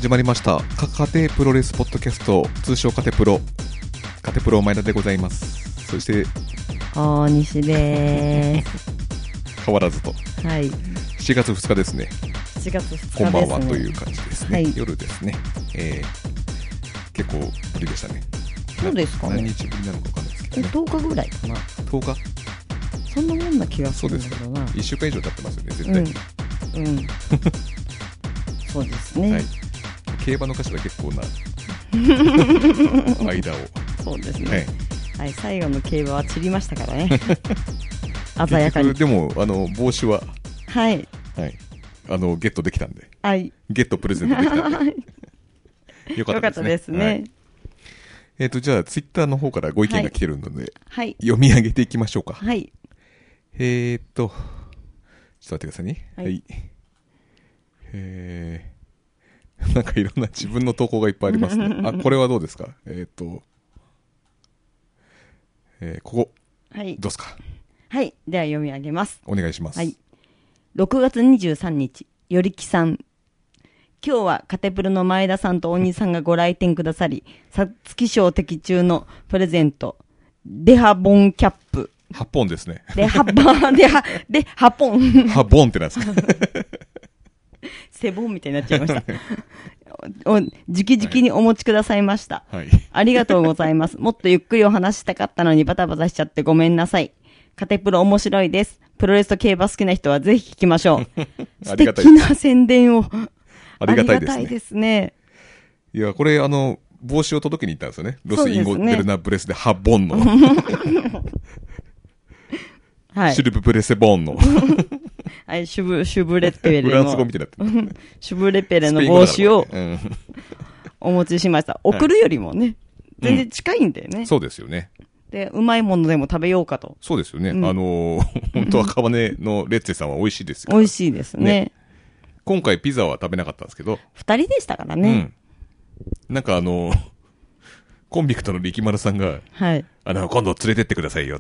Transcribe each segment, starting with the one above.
始まりましたカテプロレスポッドキャスト、通称カテプロ前田でございます。そして大西でーす。 変わらずと、 はい、 7月2日ですね。 7月2日ですね。 こんばんはという感じですね、はい、夜ですね、結構ぶりでしたね。 そうですかね。 何日ぶりなのか分かんないですけど、ね、 10日ぐらいかな。 10日、 そんなもんな気がするんだけどな。 1週間以上経ってますよね、絶対。 そうですね、 はい、競馬の歌詞は結構な間をそうですね、はい、最後の競馬は散りましたからね鮮やかに。 でも帽子ははい、 はい、ゲットできたんで、 はい、 ゲットプレゼントできたんでよかったですね。はい、じゃあツイッターの方からご意見が来てるので、はい、読み上げていきましょうか。 はい、 ちょっと待ってくださいね。はい、なんかいろんな自分の投稿がいっぱいありますね。あ、これはどうですか。ここ、はい、どうですか。 はい、では読み上げます。 お願いします。はい、 6月23日、よりきさん。今日はカテプロの前田さんと大西さんがご来店くださり、皐月賞的中のプレゼント、デハボンキャップ。 ハポンですね。 デハポン。 ハボンってなんですか。 セボンみたいになっちゃいました。直々にお持ちくださいました、はい。ありがとうございます。もっとゆっくりお話したかったのにバタバタしちゃってごめんなさい。カテプロ面白いです。プロレスと競馬好きな人はぜひ聞きましょう。素敵な宣伝を。 ありがたいですね。いや、これ帽子を届けに行ったんですよね。ロスインゴベルナブレスでハボンの。はい、シュルブプレセボンの。 はい、シュブレペレの。 フランス語みたいになってる。 シュブレペレの帽子をお持ちしました。送るよりもね、全然近いんだよね。 そうですよね。 で、うまいものでも食べようかと。 そうですよね。本当は川根のレッツェさんは美味しいですよ。 美味しいですね。 今回ピザは食べなかったんですけど。 2人でしたからね。 なんかコンビクトの力丸さんが、はい、今度連れてってくださいよって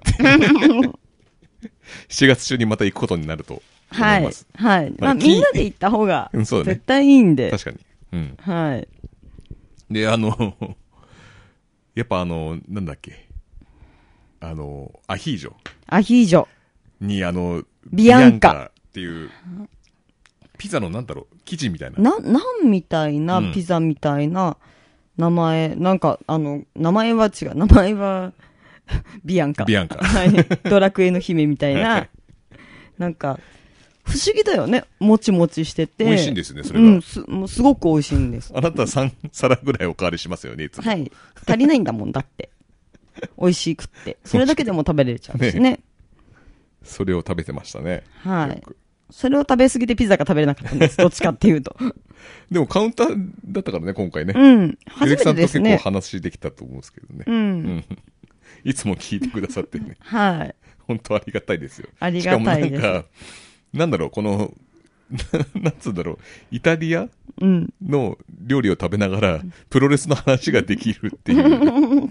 。7月中にまた行くことになると思います。 はい。はい。まあ、みんなで行った方が、絶対いいんで。 確かに。うん。 はい。 で、やっぱなんだっけ。アヒージョ。 アヒージョ。 にビアンカっていう、ピザのなんだろう、生地みたいな。 なんみたいな、ピザみたいな名前、なんか、名前は違う。名前は、ビアンカ。はい。ドラクエの姫みたいな。なんか、不思議だよね。もちもちしてて。 美味しいんですね、それが。 もうすごく美味しいんです。 あなた3皿ぐらいおかわりしますよね、いつも。 はい。足りないんだもん、だって。美味しくって。それだけでも食べれちゃうしね。 それを食べてましたね。 はい。それを食べ過ぎてピザが食べれなかったんです。どっちかっていうと。 でもカウンターだったからね、今回ね。 初めてですね。 ゆずきさんと結構話できたと思うんですけどね。いつも聞いてくださってね。 はい。 本当ありがたいですよ。 ありがたいです。しかもなんか、 なんだろう、この、なんつうんだろう、イタリアの料理を食べながら、プロレスの話ができるっていう、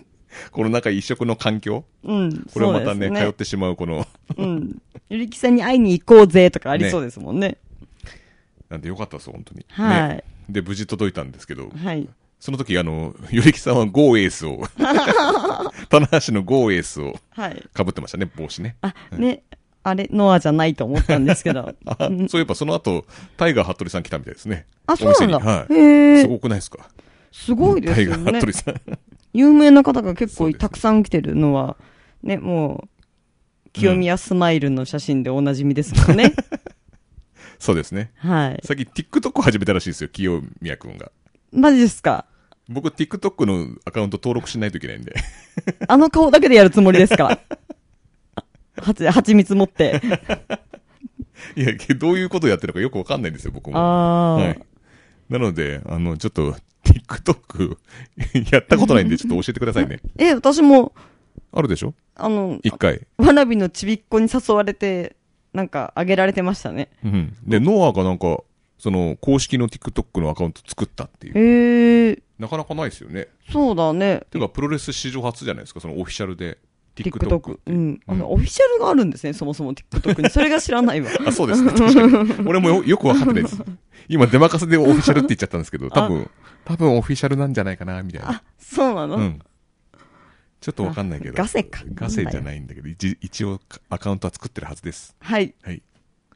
このなんか一食の環境、これをまたね、通ってしまうこの、 ゆりきさんに会いに行こうぜとかありそうですもんね。 なんでよかったです、本当に。 はい。 で、無事届いたんですけど、 はい。 その時ゆりきさんはゴーエースを、棚橋のゴーエースを、被ってましたね、帽子ね。 ね。あれ、ノアじゃないと思ったんですけど。 そういえばその後、タイガー服部さん来たみたいですね。 そうなんだ。 はい。すごくないですか。 すごいですよね。 タイガー服部さん。 有名な方が結構たくさん来てるのは、ね、もう、清宮スマイルの写真でおなじみですもんね。 そうですね。 はい。 最近 TikTok 始めたらしいですよ、清宮くんが。 マジですか。 僕 TikTok のアカウント登録しないといけないんで。 あの顔だけでやるつもりですか。蜂蜜持って。 いや、どういうことをやってるかよくわかんないんですよ、僕も。はい。なので、ちょっと、TikTok やったことないんで、ちょっと教えてくださいね。 私も。 あるでしょ一回。 わらびのちびっこに誘われて、なんか、あげられてましたね。 で、ノアがなんか、公式の TikTok のアカウント作ったっていう。なかなかないですよね。 そうだね。 てか、プロレス史上初じゃないですか、オフィシャルで TikTok。うん。オフィシャルがあるんですね、そもそも TikTok に。それが知らないわ。 あ、そうですね。確かに。俺もよくわかってないです。今、出任せでオフィシャルって言っちゃったんですけど、多分オフィシャルなんじゃないかな、みたいな。 あ、そうなの？ うん。ちょっとわかんないけど。 ガセか。 ガセじゃないんだけど、一応アカウントは作ってるはずです。 はい。 はい。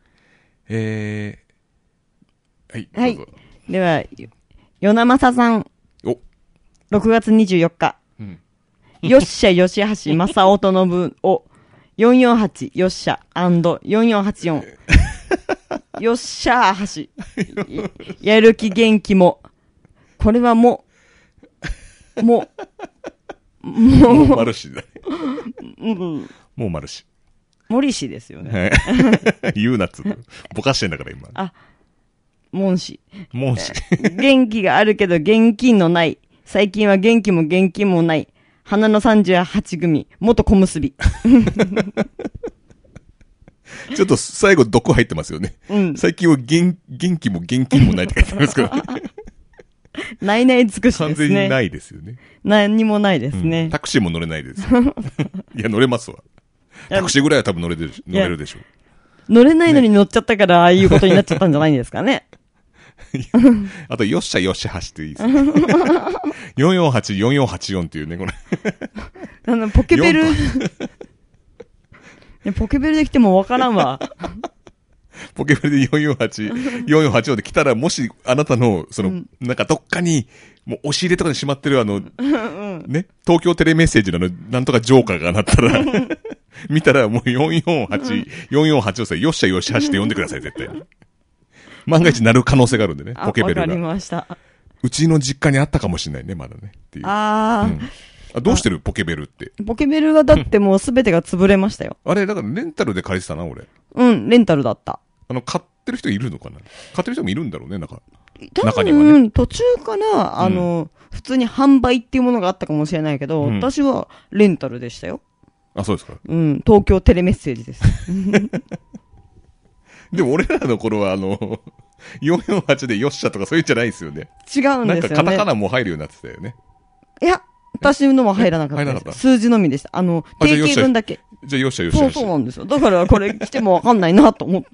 はい。 はい。では、与那正さん。 お。 6月24日。 うん。 よっしゃ、よしはし、正雄とのぶを、448、よっしゃ、&4484。よっしゃーはし。やる気元気も。これはもうマルシだね。もうマルシ。 森氏ですよね。 言うなっつう。ぼかしてんだから今。 あ、モン氏。元気があるけど現金のない。最近は元気も現金もない。花の38組。元小結び。 ちょっと最後毒入ってますよね。うん。最近は元気も現金もないって書いてますからね。 ないない尽くしですね。 完全にないですよね。 何にもないですね。 タクシーも乗れないですよ。いや、乗れますわ。タクシーぐらいは多分乗れるでしょう。 乗れないのに乗っちゃったから、ああいうことになっちゃったんじゃないんですかね。 あと、よっしゃよっしゃ走っていいですね。448、4484っていうね、これ。 ポケベル。ポケベルで来てもわからんわ。 ポケベルで448、448で来たら、もし、あなたの、なんかどっかに、もう押し入れとかにしまってるね、東京テレメッセージのなんとかジョーカーがなったら、見たらもう448をさ、よっしゃよっしゃして呼んでください、絶対に。万が一なる可能性があるんでね、ポケベルが。 わかりました。 うちの実家にあったかもしれないね、まだね。っていう。あ、どうしてるポケベルって。 ポケベルがだってもうすべてが潰れましたよ。 あれ、だからレンタルで借りてたな、俺。 うん、レンタルだった。 買ってる人いるのかな？買ってる人もいるんだろうね、なんか。 中にはね。途中から、普通に販売っていうものがあったかもしれないけど、私はレンタルでしたよ。 あ、そうですか。 うん、東京テレメッセージです。 でも俺らの頃は448でよっしゃとかそういうんじゃないですよね。 違うんですよね。 なんかカタカナも入るようになってたよね。 いや、私のも入らなかったです。数字のみでした。定型文だけ。 じゃあよっしゃよっしゃ。 そうなんですよ。だからこれ来てもわかんないなと思って。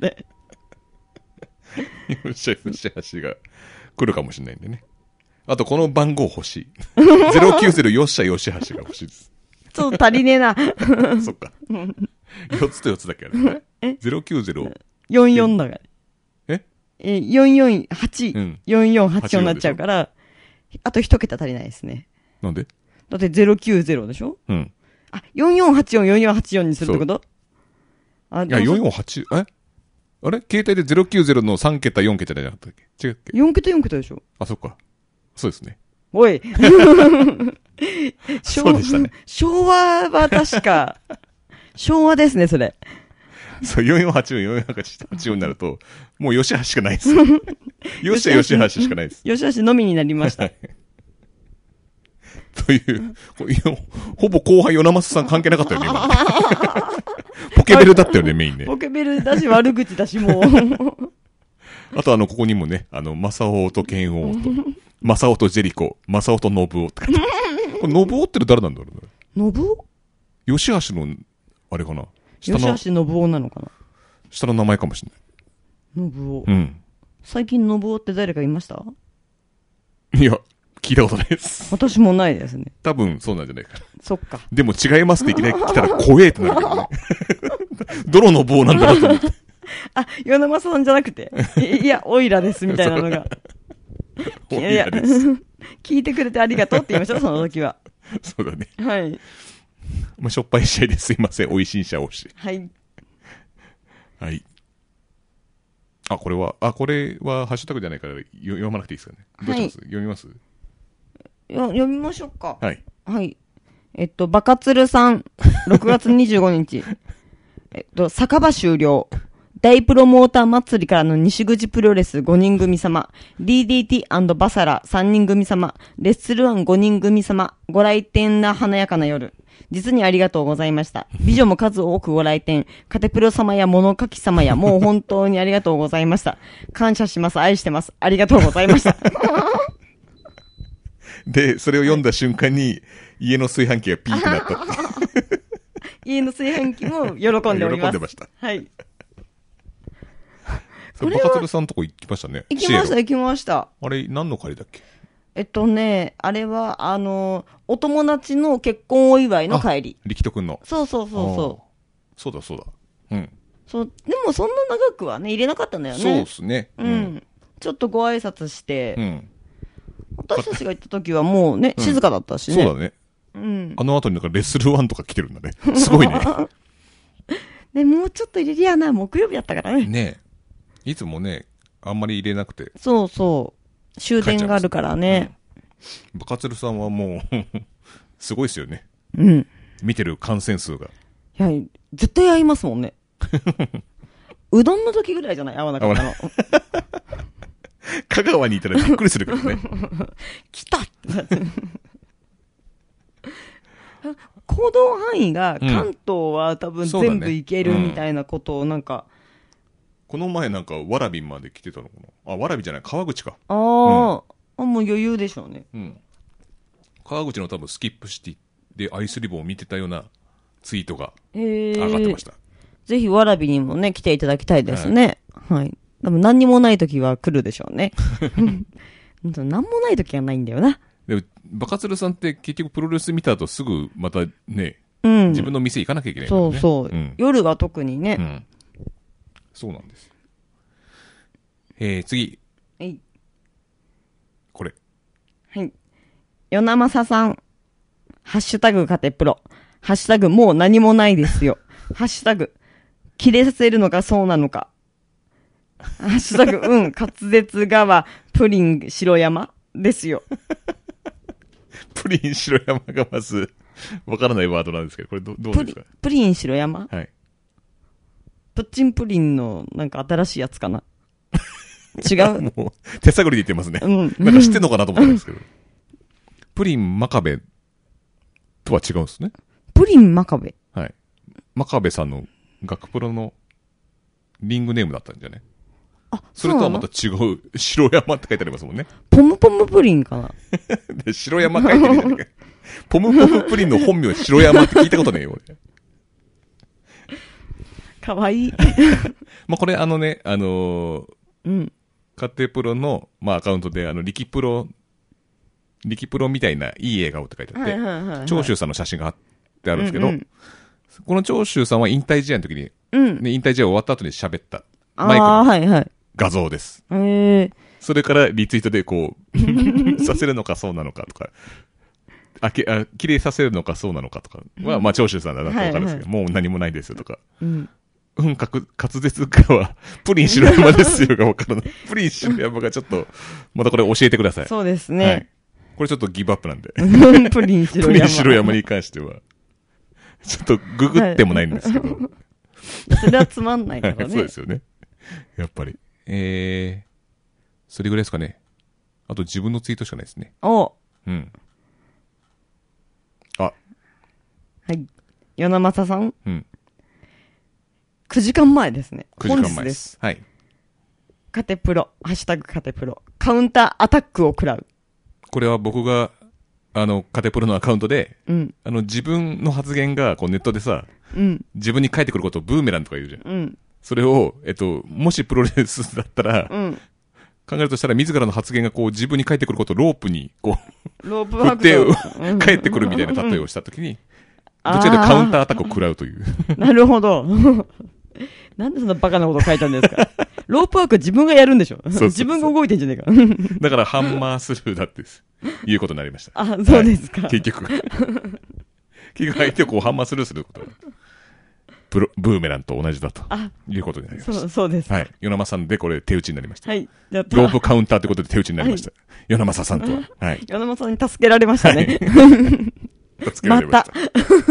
よっしゃよっしゃ橋が来るかもしれないんでね。あとこの番号欲しい。090よっしゃよっしゃ橋が欲しいです。 ちょっと足りねえな。 そっか。4つと4つだけある。090。 44だから。448、4484になっちゃうから、あと1桁足りないですね。 なんで？ だって090でしょ？ うん。 あ、4484、4484にするってこと？ いや、448、あれ携帯で090の3桁、4桁じゃなかったっけ？違うっけ？ 4 桁4桁でしょ？ あ、そっか。そうですね。 おい。 そうでしたね。 昭和は確か、昭和ですね、それ。 そう、4484、4484になると、もう吉橋しかないです。よっしゃ吉橋しかないです。 吉橋のみになりました。 という、ほぼ後輩与那正さん関係なかったよね、今。ポケベルだったよね、メインね。 ポケベルだし、悪口だし、もう。 あとここにもね、正雄と剣王と、正雄とジェリコ、正雄と信夫って書いてある。これ信夫って誰なんだろうね。 信夫？ 吉橋の、あれかな。 吉橋信夫なのかな。 下の名前かもしれない。信夫。 うん。 最近信夫って誰かいました？ いや、聞いたことないです。 私もないですね。 多分そうなんじゃないかな。 そっか。 でも違いますっていきなり来たら怖えってなるけどね。泥の棒なんだなと思って。 あ、与那正さんじゃなくて。いや、オイラですみたいなのが。 オイラです。 聞いてくれてありがとうって言いましょう、その時は。 そうだね。 はい。 まあ、しょっぱい試合ですいません。美味しいしゃおし。 はい。 はい。これはハッシュタグじゃないから読まなくていいですかね。どうします？読みます？ 読みましょうか。 はい。 はい。バカツルさん、6月25日。酒場終了。大プロモーター祭りからの西口プロレス5人組様、DDT& バサラ3人組様、レッスル1 5人組様、ご来店な華やかな夜。実にありがとうございました。美女も数多くご来店。カテプロ様や物書き様や、もう本当にありがとうございました。感謝します。愛してます。ありがとうございました。 で、それを読んだ瞬間に、家の炊飯器がピーってなったって。 家の炊飯器も喜んでおります。 喜んでました。 はい。 バカツルさんとこ行きましたね。 行きました、行きました。 あれ、何の会だっけ？ あれは、お友達の結婚お祝いの帰り。 力斗くんの。 そうそうそうそう。 そうだそうだ。うん。 そう、でもそんな長くはね、入れなかったんだよね。 そうですね。 うん。ちょっとご挨拶して、 うん。 私たちが行った時はもうね、静かだったしね。 そうだね。 うん。 あの後になんかレッスル1とか来てるんだね。すごいね。 ね、もうちょっと入れりゃな、木曜日やったからね。 ねえ。いつもね、あんまり入れなくて。 そうそう。終電があるからね。 バカツルさんはもう、すごいですよね。 うん。 見てる感染数が。 いや、絶対合いますもんね。うどんの時ぐらいじゃない合わなかったの。 香川にいたらびっくりするけどね。 来たって行動範囲が関東は多分全部行けるみたいなことをなんか、 この前なんか蕨まで来てたのかな。あ、蕨じゃない、川口か。 あ、もう余裕でしょうね。 うん。川口の多分スキップシティでアイスリボンを見てたようなツイートが上がってました。 ぜひ蕨にもね、来ていただきたいですね。はい。多分何にもない時は来るでしょうね。何もない時はないんだよな。 でも、バカツルさんって結局プロレス見た後すぐまたね、自分の店行かなきゃいけないからね。 そうそう。夜は特にね。 そうなんです。次。これ。 はい。与那正さん。ハッシュタグカテプロ。ハッシュタグもう何もないですよ。ハッシュタグ。切れさせるのかそうなのか。ハッシュタグ、滑舌川、プリン白山ですよ。 プリン白山がまず、わからないワードなんですけど、これどうですか？ プリン白山？ はい。 プッチンプリンのなんか新しいやつかな。違う？ もう、手探りで言ってますね。なんか知ってんのかなと思ったんですけど。プリン真壁とは違うんですね。 プリン真壁？ はい。真壁さんの学プロのリングネームだったんじゃね？ あ、 それとはまた違う、白山って書いてありますもんね。 ポムポムプリンかな。 で白山書いてるじゃないか。ポムポムプリンの本名白山って聞いたことねえよ、俺。 かわいい。 まあこれカテプロの、まあアカウントで、力プロみたいないい笑顔って書いてあって、長州さんの写真が貼ってあるんですけど、この長州さんは引退試合の時に、引退試合終わった後に喋ったマイクの画像です。それからリツイートでこう、させるのかそうなのかとか、綺麗させるのかそうなのかとかは、まあ長州さんだなとわかるんですけど、もう何もないですよとか。滑舌川、プリン白山ですよがわからない。プリン白山がちょっと、またこれ教えてください。 そうですね。はい、 これちょっとギブアップなんで。 プリン白山。 プリン白山に関しては、ちょっとググってもないんですけど。 それはつまんないからね。 そうですよね。やっぱり。それぐらいですかね。あと自分のツイートしかないですね。 おはい。 与那正さん。9時間前ですね。 9時間前です。はい。 カテプロ、ハッシュタグカテプロ。カウンターアタックを食らう。 これは僕が、カテプロのアカウントで、自分の発言がこうネットでさ、自分に返ってくることをブーメランとか言うじゃん。それを、もしプロレスだったら、考えるとしたら自らの発言がこう自分に返ってくることをロープにこう、 ロープ振って返ってくるみたいな例えをしたときに、どちらかというとカウンターアタックを食らうという。 なるほど。なんでそんなバカなこと書いたんですか？ロープワーク自分がやるんでしょ？自分が動いてんじゃねえか。 だからハンマースルーだっていうことになりました。 あ、そうですか。 結局。結局相手をこうハンマースルーすることが、ブーメランと同じだということになりました。 そうです。 はい。与那正さんでこれ手打ちになりました。 はい。 ロープカウンターということで手打ちになりました。与那正さんとは。はい。 与那正さんに助けられましたね。 助けられました。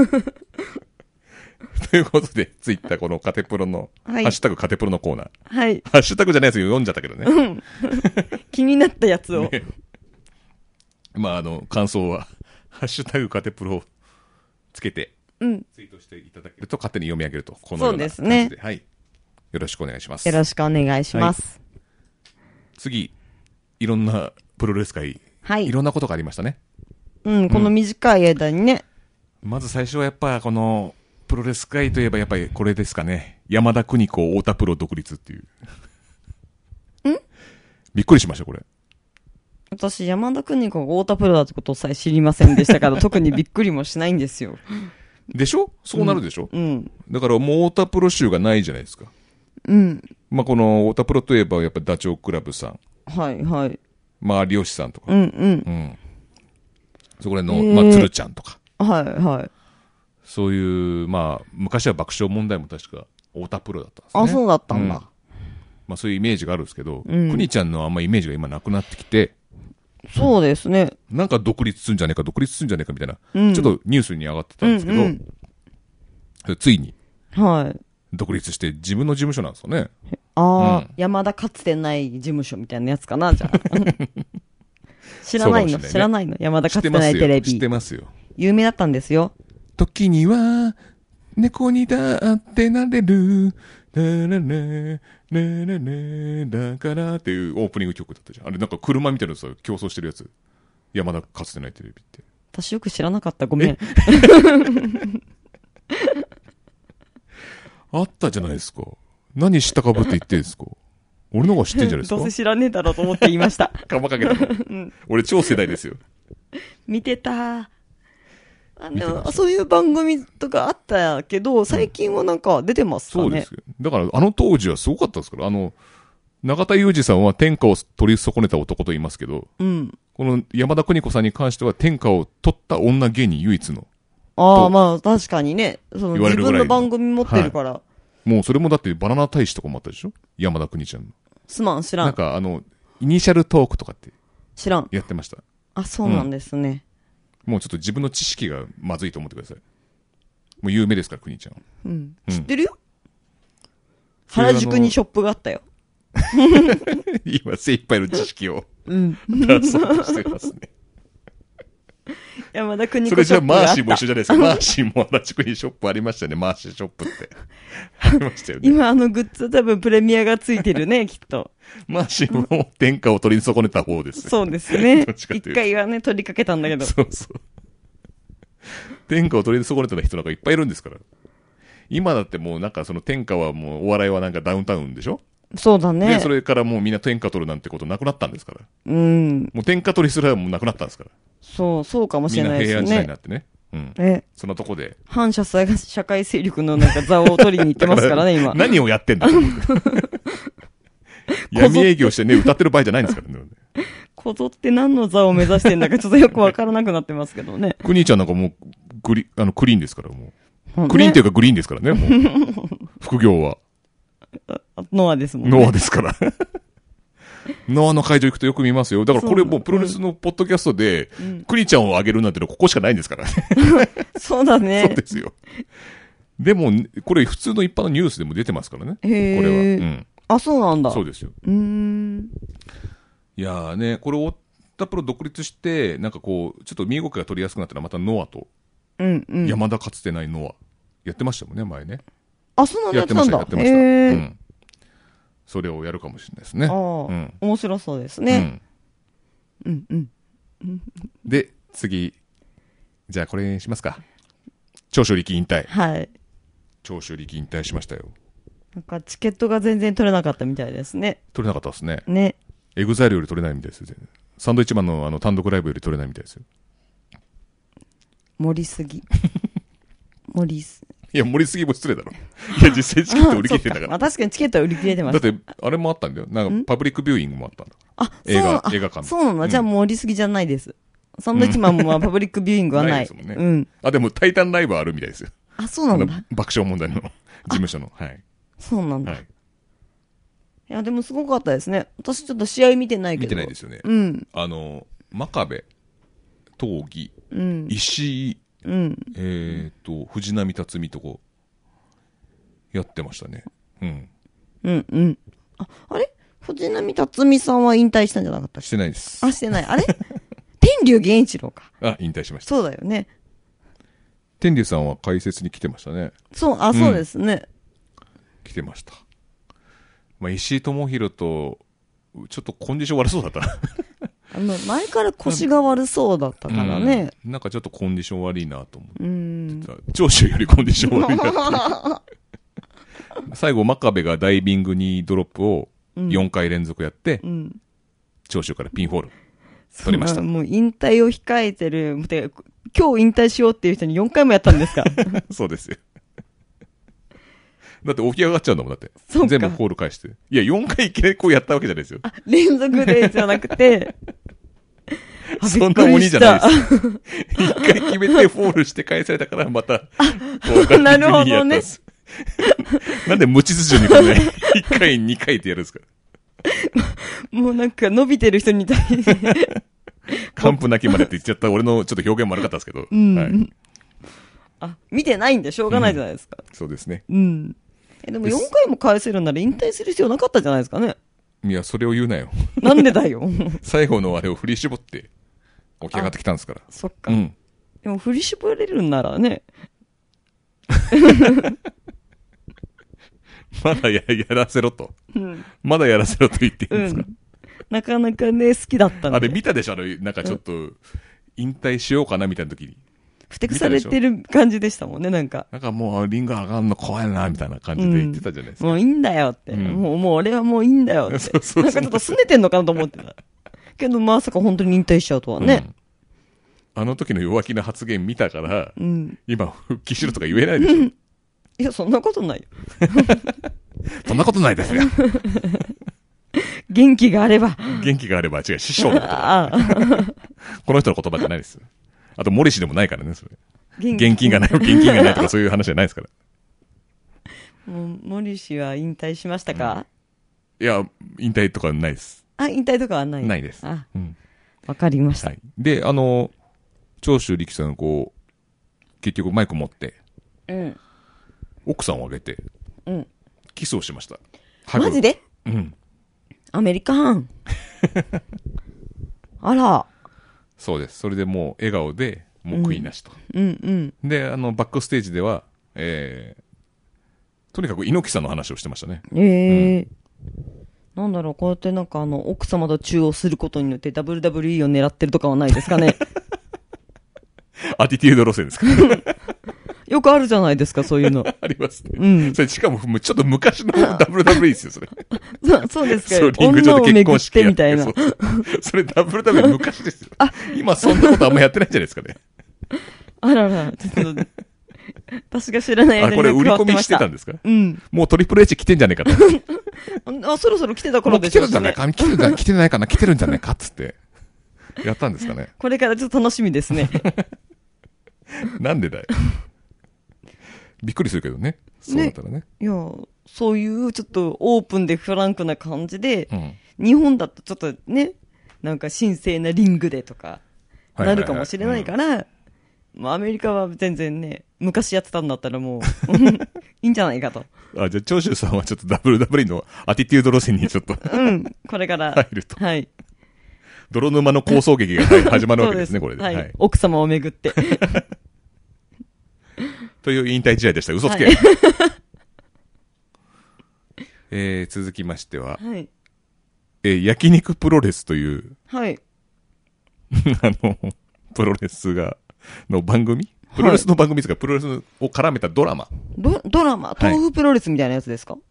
ということで、ツイッターこのカテプロの、ハッシュタグカテプロのコーナー。 はい。 ハッシュタグじゃないですよ、読んじゃったけどね。 気になったやつを。 まあ、感想は、ハッシュタグカテプロをつけて、ツイートしていただけると勝手に読み上げると、このような感じで。そうですね。はい。よろしくお願いします。 よろしくお願いします。 次、いろんなプロレス界、いろんなことがありましたね。 この短い間にね。 まず最初はやっぱこの、 プロレス界といえばやっぱりこれですかね。山田邦子、太田プロ独立っていう。びっくりしました、これ。 私、山田邦子が太田プロだってことさえ知りませんでしたから、特にびっくりもしないんですよ。 でしょ？そうなるでしょ？ うん。 だからもう太田プロ集がないじゃないですか。 うん。 まあ、この太田プロといえばやっぱダチョウ倶楽部さん。 はいはい。 まあ、有吉さんとか。 うんうん。 うん。そこらの、まあ、鶴ちゃんとか。 はいはい。 そういう、まあ、昔は爆笑問題も確か太田プロだったんですね。 あ、そうだったんだ。 まあ、そういうイメージがあるんですけど、邦ちゃんのあんまイメージが今なくなってきて、 そうですね。 なんか独立するんじゃねえかみたいな、ちょっとニュースに上がってたんですけど、ついに、 はい。 独立して自分の事務所なんですよね。 ああ、山田かつてない事務所みたいなやつかな、じゃあ。知らないの、ね、知らないの山田かつてないテレビ。 知ってますよ。 有名だったんですよ。 時には、猫にだってなれる、ならね、ならね、だからっていうオープニング曲だったじゃん。あれなんか車みたいなのさ、競争してるやつ。山田かつてないテレビって。 私よく知らなかった、ごめん。 あったじゃないですか。何知ったかぶって言ってんですか。俺の方が知ってんじゃないですか。 どうせ知らねえだろうと思って言いました。 かまかけたの。俺超世代ですよ。 見てた。そういう番組とかあったけど、最近はなんか出てますかね。 そうですよ。だからあの当時はすごかったですから、中田裕二さんは天下を取り損ねた男と言いますけど、この山田邦子さんに関しては天下を取った女芸人唯一の。 ああ、まあ確かにね。その自分の番組持ってるから、はい。 もうそれもだってバナナ大使とかもあったでしょ、山田邦ちゃんの。 すまん、知らん。 なんかイニシャルトークとかって知らん。 やってました。 あ、そうなんですね。 もうちょっと自分の知識がまずいと思ってください。もう有名ですから、邦ちゃん。 知ってるよ。原宿にショップがあったよ。 今精一杯の知識を出そうとしてますね。 山田邦子それじゃあマーシーも一緒じゃないですか。マーシーも原宿にショップありましたね。マーシーショップって。ありましたよね。 今グッズ多分プレミアがついてるね、きっと。 マーシーも天下を取り損ねた方ですね。 そうですね。一回はね、取りかけたんだけど。 そうそう。天下を取り損ねた人なんかいっぱいいるんですから。今だってもうなんかその天下はもうお笑いはなんかダウンタウンでしょ。 そうだね。 で、それからもうみんな天下取るなんてことなくなったんですから。もう天下取りすらもうなくなったんですから。 そうかもしれないですね。 みんな平安時代になってね。そのとこで。 反社会勢力のなんか座を取りに行ってますからね、今。 何をやってんだ闇営業してね、歌ってる場合じゃないんですからね。 こぞって何の座を目指してんだかちょっとよくわからなくなってますけどね。 クニーちゃんなんかもうクリーンですから、もう。クリーンっていうかグリーンですからね、もう。副業は。 ノアですもんね。 ノアですから。ノアの会場行くとよく見ますよ。だからこれもうプロレスのポッドキャストで、クニちゃんをあげるなんてのここしかないんですからね。 そうだね。 そうですよ。でも、これ普通の一般のニュースでも出てますからね。これは。 あ、そうなんだ。 そうですよ。いやーね、これ太田プロ独立して、なんかこう、ちょっと身動きが取りやすくなったらまたノアと、山田かつてないノア、やってましたもんね、前ね。 あ、そうなんだ。 やってました。それをやるかもしれないですね。 面白そうですね。 で、次。じゃあこれにしますか。長州力引退。 はい。 長州力引退しましたよ。 なんかチケットが全然取れなかったみたいですね。 取れなかったですね。 ね。 エグザイルより取れないみたいですよ。サンドイッチマンの単独ライブより取れないみたいですよ。 盛りすぎ。 いや、盛りすぎも失礼だろ。いや、実際チケット売り切れてんだから。 まあ確かにチケットは売り切れてます。 だって、あれもあったんだよ。なんか、パブリックビューイングもあったんだ。映画館。 そうなんだ。じゃあ盛りすぎじゃないです。サンドイッチマンもパブリックビューイングはない。ないですもんね。 あ、でも、タイタンライブあるみたいですよ。 あ、そうなんだ。 爆笑問題の事務所の。はい。 そうなんだ。いや、でもすごかったですね。私ちょっと試合見てないけど。 見てないですよね。真壁、闘技、石井、藤波辰巳とこやってましたね。 あれ藤波辰巳さんは引退したんじゃなかったっけ？ してないです。 あ、してない。あれ天竜源一郎か。 あ、引退しました。 そうだよね。 天竜さんは解説に来てましたね。 そうですね。 来てました。まあ、石井智弘と、ちょっとコンディション悪そうだったな。 前から腰が悪そうだったからね。 なんかちょっとコンディション悪いなと思って。長州よりコンディション悪いなって。最後、真壁がダイビングにドロップを4回連続やって、長州からピンフォール取りました。 もう引退を控えてる、今日引退しようっていう人に4回もやったんですか？ そうですよ。だって起き上がっちゃうんだもん、だって。全部フォール返して。いや、4回いきなりこうやったわけじゃないですよ。 連続でじゃなくて。 そんな鬼じゃないです。1回決めてフォールして返されたから、また、 なるほどね。 なんで無秩序にこれ、1回、2回ってやるんですか？ もうなんか伸びてる人に対して。 完膚なきまでって言っちゃった俺のちょっと表現も悪かったですけど。はい、 見てないんでしょうがないじゃないですか。 そうですね。 でも4回も返せるなら引退する必要なかったじゃないですかね。 いや、それを言うなよ。 なんでだよ。 最後のあれを振り絞って起き上がってきたんですから。 そっか。でも振り絞れるんならね。 まだやらせろと。まだやらせろと言っていいんですか？ なかなかね、好きだったんで。 あれ見たでしょ？なんかちょっと、引退しようかなみたいな時に。 ふてくされてる感じでしたもんね、なんか。 なんかもうリング上がんの怖いな、みたいな感じで言ってたじゃないですか。 もういいんだよって。もう俺はもういいんだよって。なんかちょっと拗ねてんのかなと思ってた。けどまさか本当に引退しちゃうとはね。 あの時の弱気な発言見たから、今復帰しろとか言えないでしょ。 いや、そんなことないよ。 そんなことないですよ。 元気があれば。 元気があれば、違う、師匠の言葉。この人の言葉じゃないです。あと、森氏でもないからね、それ。現金がないとかそういう話じゃないですから。 もう、森氏は引退しましたか？ いや、引退とかないです。 引退とかはない？ ないです。 わかりました。 で、長州力さん、こう、結局マイク持って、奥さんをあげて、キスをしました。 マジで？アメリカン。あら。 そうです。それでもう笑顔で、もう悔いなしと。で、バックステージでは、とにかく猪木さんの話をしてましたね。 なんだろう、こうやってなんか奥様と中をすることによって WWE を狙ってるとかはないですかね。 アティテュード路線ですか？ よくあるじゃないですか、そういうの。 ありますね。それしかも、ちょっと昔の WWE ですよ、それ。 そうですか。 そう、リング上で結婚式みたいな。 それ WWE 昔ですよ。今そんなことあんまやってないんじゃないですかね。 あらら、ちょっと、私が知らない間にこれ売り込みしてたんですか？もうトリプル H 来てんじゃねえかと。 そろそろ来てた頃でしょうね。 来てないかな来てるんじゃねえかっつって。やったんですかね。 これからちょっと楽しみですね。 なんでだよ。びっくりするけどね。そうだったらね。 いや、そういうちょっとオープンでフランクな感じで、日本だとちょっとね、なんか神聖なリングでとか、なるかもしれないから、アメリカは全然ね、昔やってたんだったらもう、いいんじゃないかと。 じゃあ、長州さんはちょっと WWE のアティテュード路線にちょっとこれから入ると。 はい。 泥沼の構想劇が始まるわけですね、これで。 はい。奥様をめぐって。 という引退試合でした。嘘つけ。続きましては、焼肉プロレスという、プロレスの番組プロレスの番組ですか？プロレスを絡めたドラマ。 ドラマ豆腐プロレスみたいなやつですか？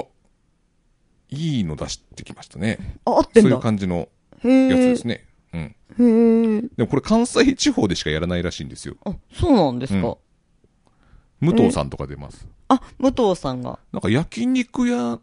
いいの出してきましたね。 合ってんだ。 そういう感じのやつですね。でもこれ関西地方でしかやらないらしいんですよ。 そうなんですか？ 武藤さんとか出ます。 武藤さんが。 なんか焼肉屋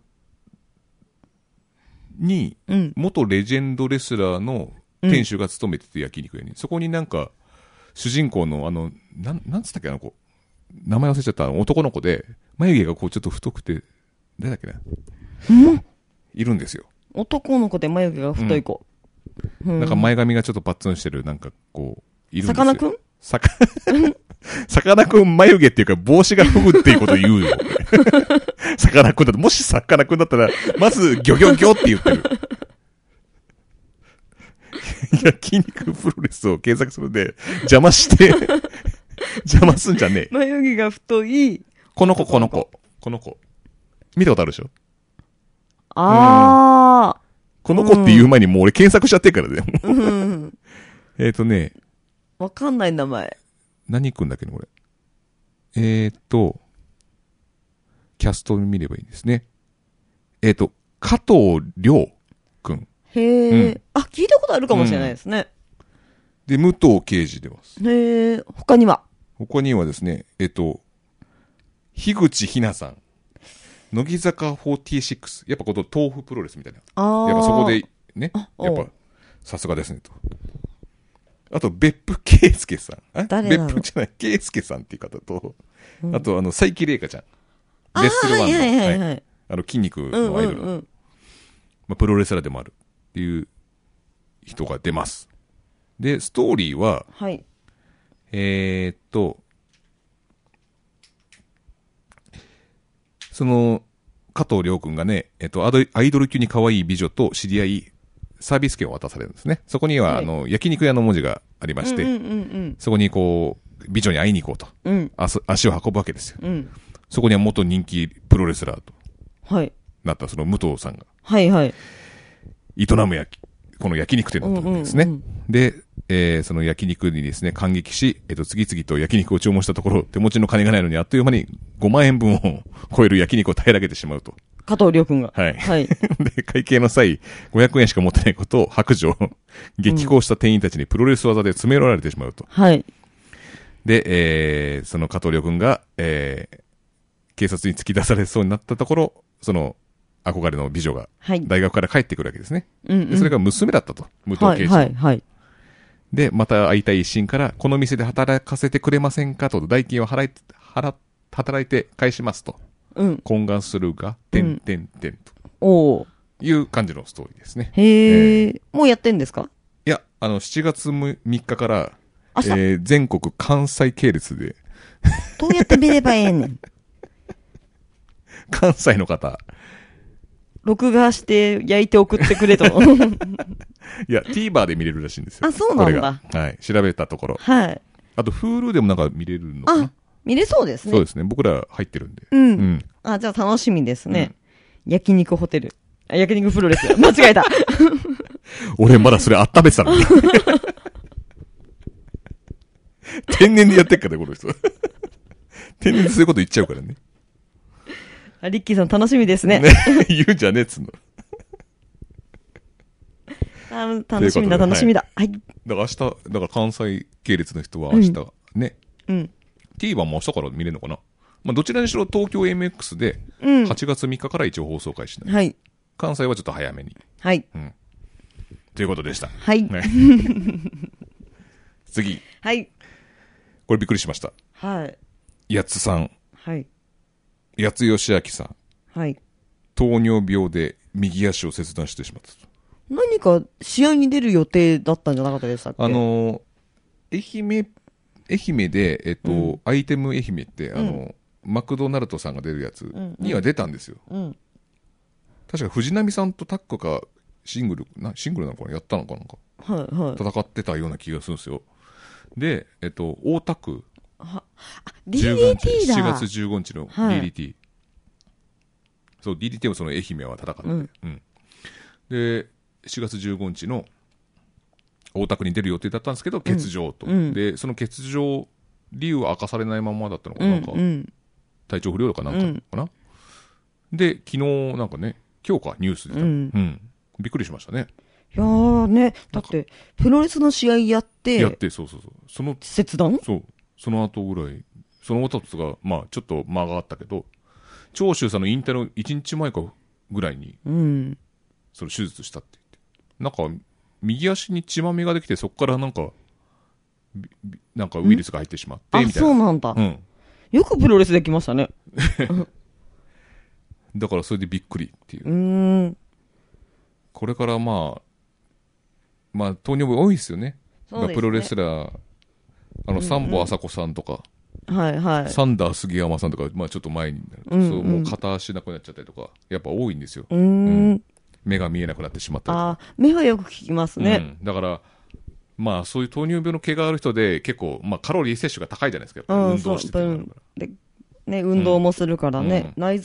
に、元レジェンドレスラーの店主が勤めてて焼肉屋に。そこになんか、主人公のなんつったっけな、名前忘れちゃった男の子で、眉毛がこうちょっと太くて、誰だっけな。いるんですよ。 男の子で眉毛が太い子。 なんか前髪がちょっとパッツンしてる、なんかこう、いるんですよ。 さかなクン？ さかなクン眉毛っていうか帽子がフグっていうこと言うよ。さかなクンだと、もしさかなクンだったら、まずギョギョギョって言ってる。焼肉プロレスを検索するんで、邪魔して、邪魔すんじゃねえ。 眉毛が太い。 この子。見たことあるでしょ？ この子って言う前にもう俺検索しちゃってるからね。 わかんない名前。 何くんだっけね、これ。キャストを見ればいいんですね。加藤亮くん。 へえ、聞いたことあるかもしれないですね。 で、武藤敬司出ます。 へえ、他にはですね、樋口ひなさん。乃木坂46。やっぱこの豆腐プロレスみたいな。やっぱそこで、ね、やっぱ、さすがですね、と。あと、別府圭介さん。 誰だろう？ 別府じゃない、圭介さんっていう方と、あと、佐伯玲香ちゃん。レッスルワンの、はい、筋肉のアイドル。プロレスラーでもあるっていう人が出ます。で、ストーリーは、 はい、 その、加藤亮君がね、アイドル級に可愛い美女と知り合い、サービス券を渡されるんですね。そこには、焼肉屋の文字がありまして、そこにこう、美女に会いに行こうと、足を運ぶわけですよ。そこには元人気プロレスラーと、なったその武藤さんが、営むこの焼肉店だったんですね。で、その焼肉にですね、感激し、次々と焼肉を注文したところ、手持ちの金がないのにあっという間に5万円分を超える焼肉を平らげてしまうと。 加藤亮君が。 はい。で、会計の際、500円しか持ってないことを白状、激高した店員たちにプロレス技で詰め寄られてしまうと。で、その加藤亮君が、警察に突き出されそうになったところ、その、憧れの美女が、大学から帰ってくるわけですね。でそれが娘だったと。武藤敬司。で、また会いたい一心から、この店で働かせてくれませんかと、代金を働いて返しますと。懇願するが、という感じのストーリーですね。 へえ、もうやってんですか？ いや、7月3日から、全国関西系列で。 どうやって見ればええねん。 関西の方。 録画して焼いて送ってくれと。いや、TVer で見れるらしいんですよ。 そうなんだ。 はい。調べたところ。あと、Hulu でもなんか見れるのかな？ 見れそうですね。 そうですね。僕ら入ってるんで。 じゃあ楽しみですね。焼肉ホテル。焼肉プロレス。間違えた。 俺まだそれ温めてたのに。天然でやってっからね、この人。天然でそういうこと言っちゃうからね。 リッキーさん楽しみですね。 言うんじゃねえっつうの。 楽しみだ、楽しみだ。はい。 だから明日、だから関西系列の人は明日ね。TVer も明日から見れるのかな。まあどちらにしろ東京 MX で8月3日から一応放送開始。関西はちょっと早めに。ということでした。次。これびっくりしました。やつさん。八津義明さん。糖尿病で右足を切断してしまったと。 何か試合に出る予定だったんじゃなかったでしたっけ？ 愛媛で、アイテム愛媛って、マクドナルドさんが出るやつには出たんですよ。確か藤波さんとタッグかシングルなのかな、やったのかなんか。戦ってたような気がするんですよ。で、大田区。 DDT だ。 7月15日の DDT。そう、DDT もその愛媛は戦って。で、4月15日の大田区に出る予定だったんですけど、欠場と。で、その欠場理由は明かされないままだったのかなんか、体調不良かなんかな。で、昨日なんかね、今日かニュースでびっくりしましたね。 いやーね、だって、プロレスの試合やって、 そう。その、 切断？ そう。その後ぐらい、その後が、まあちょっと間があったけど、長州さんの引退の1日前かぐらいに、その手術したって言って。なんか、右足に血まみができて、そこからなんかウイルスが入ってしまって、みたいな。 そうなんだ。よくプロレスできましたね。 だからそれでびっくりっていう。これからまあ、糖尿病多いですよね。プロレスラー、サンボ朝子さんとか、サンダー杉山さんとか、まあちょっと前になると、もう片足なくなっちゃったりとか、やっぱ多いんですよ。目が見えなくなってしまったりとか。 目はよく聞きますね。 だから、まあそういう糖尿病の毛がある人で結構、まあカロリー摂取が高いじゃないですか。運動しててるから。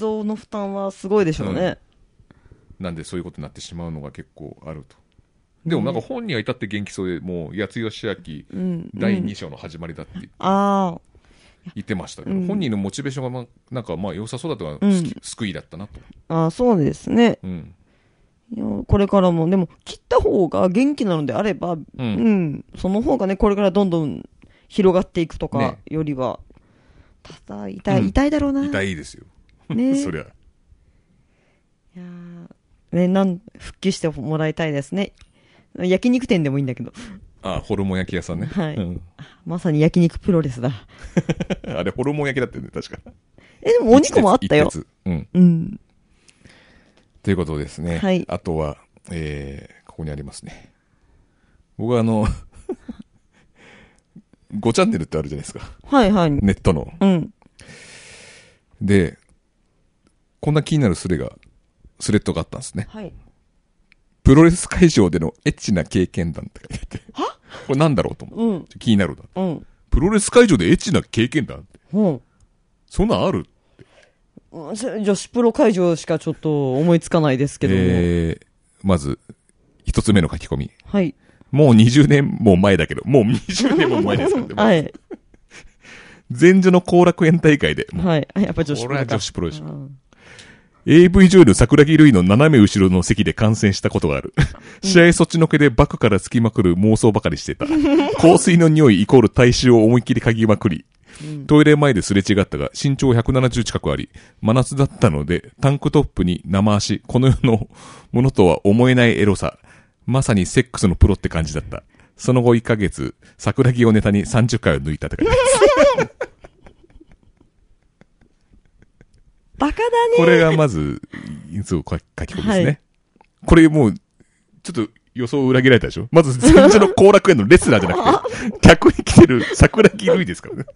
ね、運動もするからね、内臓の負担はすごいでしょうね。 なんでそういうことになってしまうのが結構あると。でもなんか本人はいたって元気そうで、もう八津義明、第2章の始まりだって言ってましたけど、本人のモチベーションがなんかまあ良さそうだったから、救いだったなと。 そうですね。いやこれからも、でも切った方が元気なのであれば、その方がね、これからどんどん広がっていくとかよりは、ただ痛いだろうな。 痛いですよ。ねそりゃ。 いやね、復帰してもらいたいですね。焼肉店でもいいんだけど。 ホルモン焼き屋さんね。 はい。まさに焼肉プロレスだ。 あれ、ホルモン焼きだってね、確か。 でもお肉もあったよ。 ということですね。 はい。 あとは、ここにありますね。僕は5チャンネルってあるじゃないですか。 はいはい。 ネットの。で、こんな気になるスレッドがあったんですね。 はい。 プロレス会場でのエッチな経験談って書いてあって。は？これなんだろうと思って。気になるな。プロレス会場でエッチな経験談って。そんなんあるって。 女子プロ会場しかちょっと思いつかないですけども。 まず、一つ目の書き込み。 はい。 もう20年も前だけど、もう20年も前ですけど。 はい。 前女の後楽園大会で。 はい。やっぱ女子プロ。 これは女子プロでしょ。AV 女優の桜木瑠衣の斜め後ろの席で観戦したことがある。試合そっちのけでバックからつきまくる妄想ばかりしてた。香水の匂いイコール体臭を思いっきり嗅ぎまくり。トイレ前ですれ違ったが、身長170近くあり、真夏だったので、タンクトップに生足、この世のものとは思えないエロさ。まさにセックスのプロって感じだった。その後1ヶ月、桜木をネタに30回を抜いたって書いてある。 バカだね。 これがまず、書き込みですね。はい、これもう、ちょっと予想を裏切られたでしょ。まず、前女の後楽園のレスラーじゃなくて、客に来てる桜木瑠衣ですからね。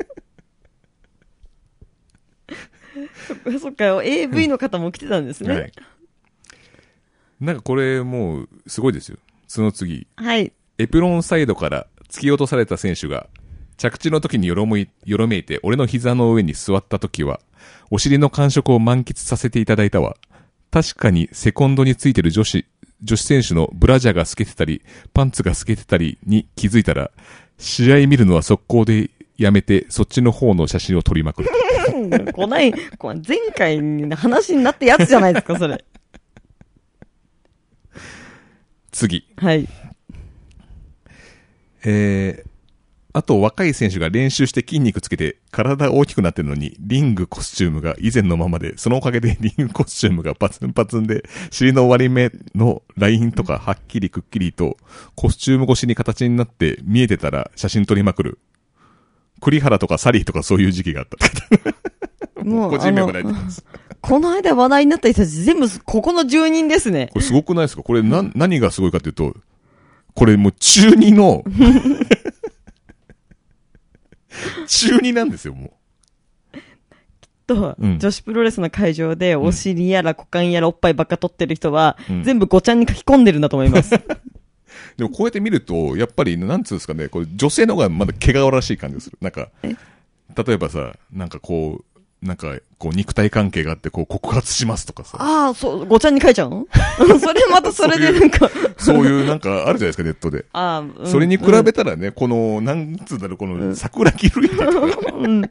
そっか、AV の方も来てたんですね。はい。 なんかこれもう、すごいですよ。その次。 はい。 エプロンサイドから突き落とされた選手が、着地の時によろめいて、俺の膝の上に座った時は、お尻の感触を満喫させていただいたわ。確かにセコンドについてる女子選手のブラジャーが透けてたり、パンツが透けてたりに気づいたら、試合見るのは速攻でやめて、そっちの方の写真を撮りまくる。 前回話になったやつじゃないですか、それ。 次。 はい。 あと若い選手が練習して筋肉つけて体大きくなってるのにリングコスチュームが以前のままで、そのおかげでリングコスチュームがパツンパツンで尻の割り目のラインとかはっきりくっきりとコスチューム越しに形になって見えてたら写真撮りまくる。栗原とかサリーとかそういう時期があった。もう個人名もないです。 この間話題になった人たち全部ここの住人ですね。 これすごくないですか？これ何がすごいかというと、これもう中2の中2なんですよ、もう。 きっと、女子プロレスの会場でお尻やら股間やらおっぱいばっか取ってる人は、全部ごちゃんに書き込んでるんだと思います。 でもこうやって見ると、やっぱり、なんつうんですかね、これ女性の方がまだ毛皮らしい感じがする。なんか、例えばさ、なんかこう肉体関係があってこう告発しますとかさ。 ああ、そう、ごちゃんに書いちゃうのそれまたそれでなんかそういうなんかあるじゃないですか、ネットで。 ああ、 それに比べたらね、この、なんつうんだろう、この桜木瑠衣とか、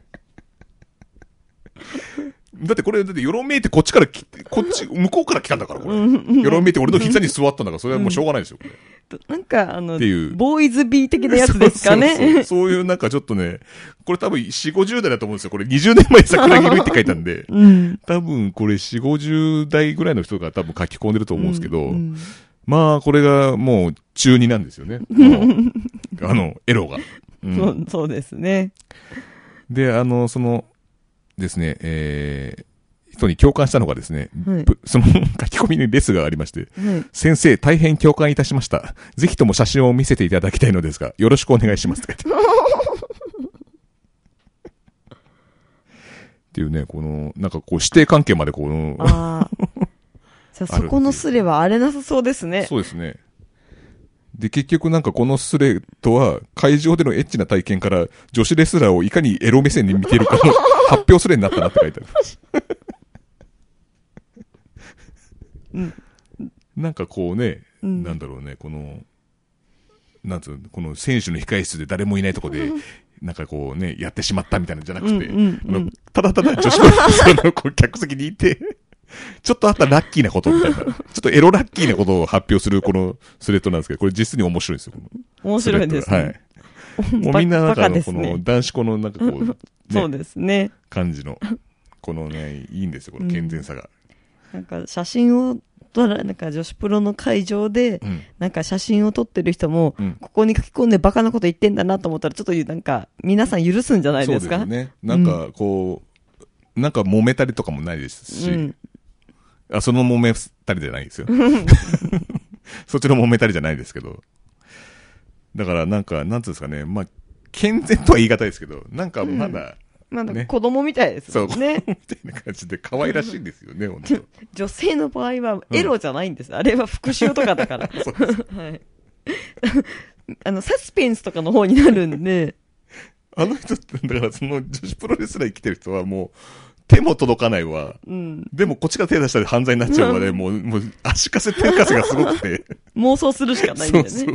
だってこれ、だってよろめいてこっちから向こうから来たんだから、これ。よろめいて俺の膝に座ったんだから、それはもうしょうがないですよ、これ。 なんか、っていう。ボーイズビー的なやつですかね。 そういうなんかちょっとね、これ多分4、50代だと思うんですよ。これ20年前桜木瑠衣って書いたんで。多分これ4、50代ぐらいの人が多分書き込んでると思うんですけど、まあ、これがもう中2なんですよね。エロが。 そうですね。 で、その、ですね、人に共感したのがですね、その書き込みにレスがありまして、先生大変共感いたしました。ぜひとも写真を見せていただきたいのですが、よろしくお願いしますって書いてっていうね、この、なんかこう指定関係までこの、じゃあそこのスレは荒れなさそうですね。 そうですね。で、結局なんかこのスレとは、会場でのエッチな体験から女子レスラーをいかにエロ目線で見ているかの発表スレになったなって書いてある。 なんかこうね、なんだろうね、なんつうの、この選手の控え室で誰もいないとこで、なんかこうね、やってしまったみたいなんじゃなくて、ただただ女子高生の客席にいて、ちょっとあったラッキーなことみたいな、ちょっとエロラッキーなことを発表するこのスレッドなんですけど、これ実に面白いんですよ。 面白いですね。 はい。もうみんななんかこの男子校のなんかこう、ね、 そうですね。 感じの、このね、いいんですよ、この健全さが。 なんか写真をなんか女子プロの会場で、なんか写真を撮ってる人も、ここに書き込んでバカなこと言ってんだなと思ったら、ちょっとなんか皆さん許すんじゃないですか。 そうですね。なんかこう、なんか揉めたりとかもないですし、その揉めたりじゃないですよ。そっちの揉めたりじゃないですけど。だからなんか、なんつうんですかね、まあ、健全とは言い難いですけど、なんかまだ、 まだ子供みたいですもんね。 そう、みたいな感じで可愛らしいんですよね、本当。 女性の場合はエロじゃないんです。あれは復讐とかだから。そうです。はい。サスペンスとかの方になるんで。 あの人って、だからその女子プロレスラー生きてる人はもう、手も届かないわ。でもこっちが手出したら犯罪になっちゃうまで、もう足かせ手かせがすごくて。 妄想するしかないんだよね。そう。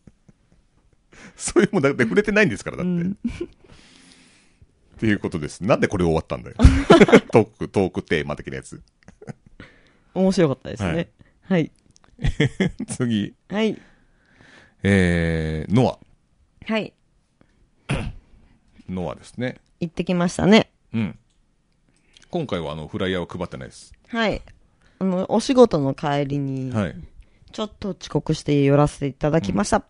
そういうもんだって触れてないんですから、だって。っていうことです。なんでこれ終わったんだよ。トークテーマ的なやつ。 面白かったですね。はい。 次。 はい。 ノア。はい。 ノアですね。 行ってきましたね。 うん。今回はフライヤーを配ってないです。 はい。お仕事の帰りに、ちょっと遅刻して寄らせていただきました。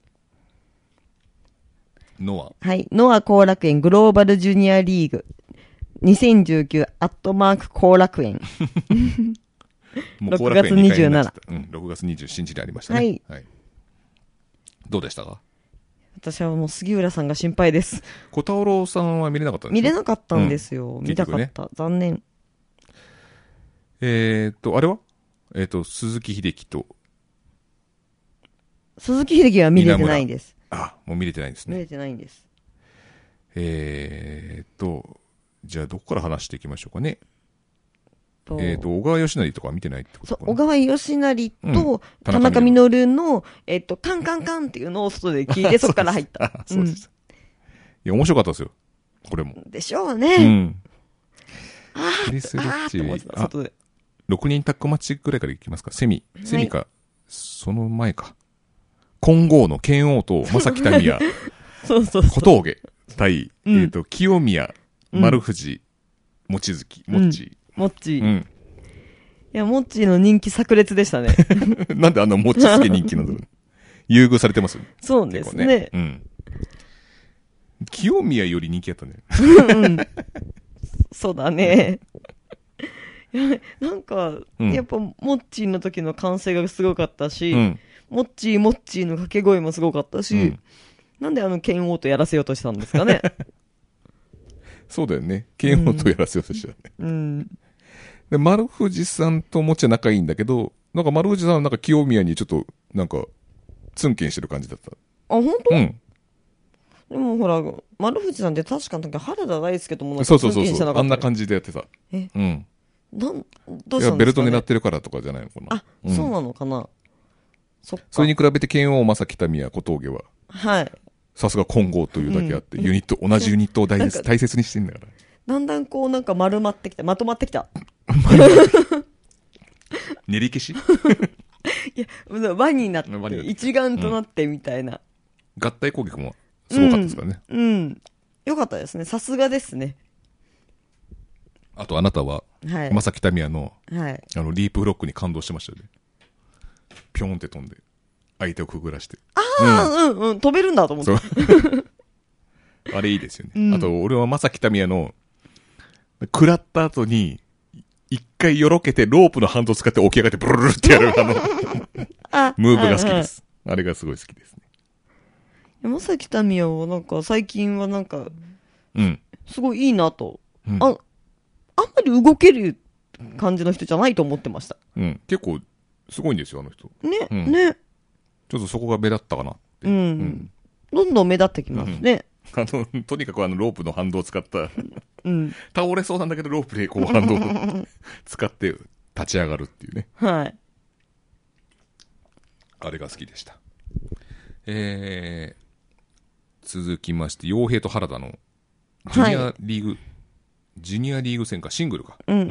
ノア。 はい。ノア後楽園グローバルジュニアリーグ2019アットマーク後楽園。 もう後楽園2回になっちゃった。6月27日にありましたね。はい。どうでしたか？ 私はもう杉浦さんが心配です。 小太郎さんは見れなかったんですか？ 見れなかったんですよ。見たかった。残念。 あれは鈴木秀樹と。 鈴木秀樹は見れてないです。 もう見れてないんですね。 見れてないんです。 じゃあどこから話していきましょうかね。小川義成とか見てないってことかな。 小川義成と、田中稔の、カンカンカンっていうのを外で聞いて、そこから入った。 そうです。いや、面白かったですよ。これも。 でしょうね。 クリス・ロッチ、6人タッグマッチくらいからいきますか。セミか、その前か。金剛の剣王と正木民也、小峠対、清宮、丸藤、望月、モッチー。 いや、モッチーの人気炸裂でしたね。 なんでモッチーすげえ人気なんだろう。優遇されてますよね。 そうですね。 清宮より人気やったね。 そうだね。なんか、やっぱ、モッチーの時の歓声がすごかったし、モッチーの掛け声もすごかったし、なんで剣王とやらせようとしたんですかね。 そうだよね。剣王とやらせようとしたね。で、丸藤さんとモッチーは仲いいんだけど、なんか丸藤さんはなんか清宮にちょっと、なんか、ツンケンしてる感じだった。 本当？でもほら、丸藤さんって確かなんか原田大輔ともなんかツンケンしてなかった。あんな感じでやってた。 どうしたんですかね。 ベルト狙ってるからとかじゃないのかな。 そうなのかな。そっか。 それに比べて剣王正木民也小峠は。さすが金剛というだけあって、同じユニットを大切にしてんだから。 だんだんこうなんかまとまってきた。 練り消しいや、輪になって、一丸となってみたいな。 合体攻撃もすごかったですからね。 よかったですね。さすがですね。 あとあなたは、正木民也の、リープフロックに感動してましたよね。ピョンって飛んで、相手をくぐらして。 飛べるんだと思って。 あれいいですよね。あと、俺は正木民也の、食らった後に、一回よろけてロープのハンドを使って起き上がってブルルルってやるムーブが好きです。あれがすごい好きですね。 正木民也はなんか最近はなんか、すごいいいなと。あんまり動ける感じの人じゃないと思ってました。 結構すごいんですよ、あの人。 ね。 ちょっとそこが目立ったかなって。 どんどん目立ってきますね。 とにかくロープの反動を使った倒れそうなんだけどロープでこう反動を使って立ち上がるっていうね。 あれが好きでした。続きまして、陽平と原田のジュニアリーグ、はい、ジュニアリーグ戦か、シングルか。 うんうん。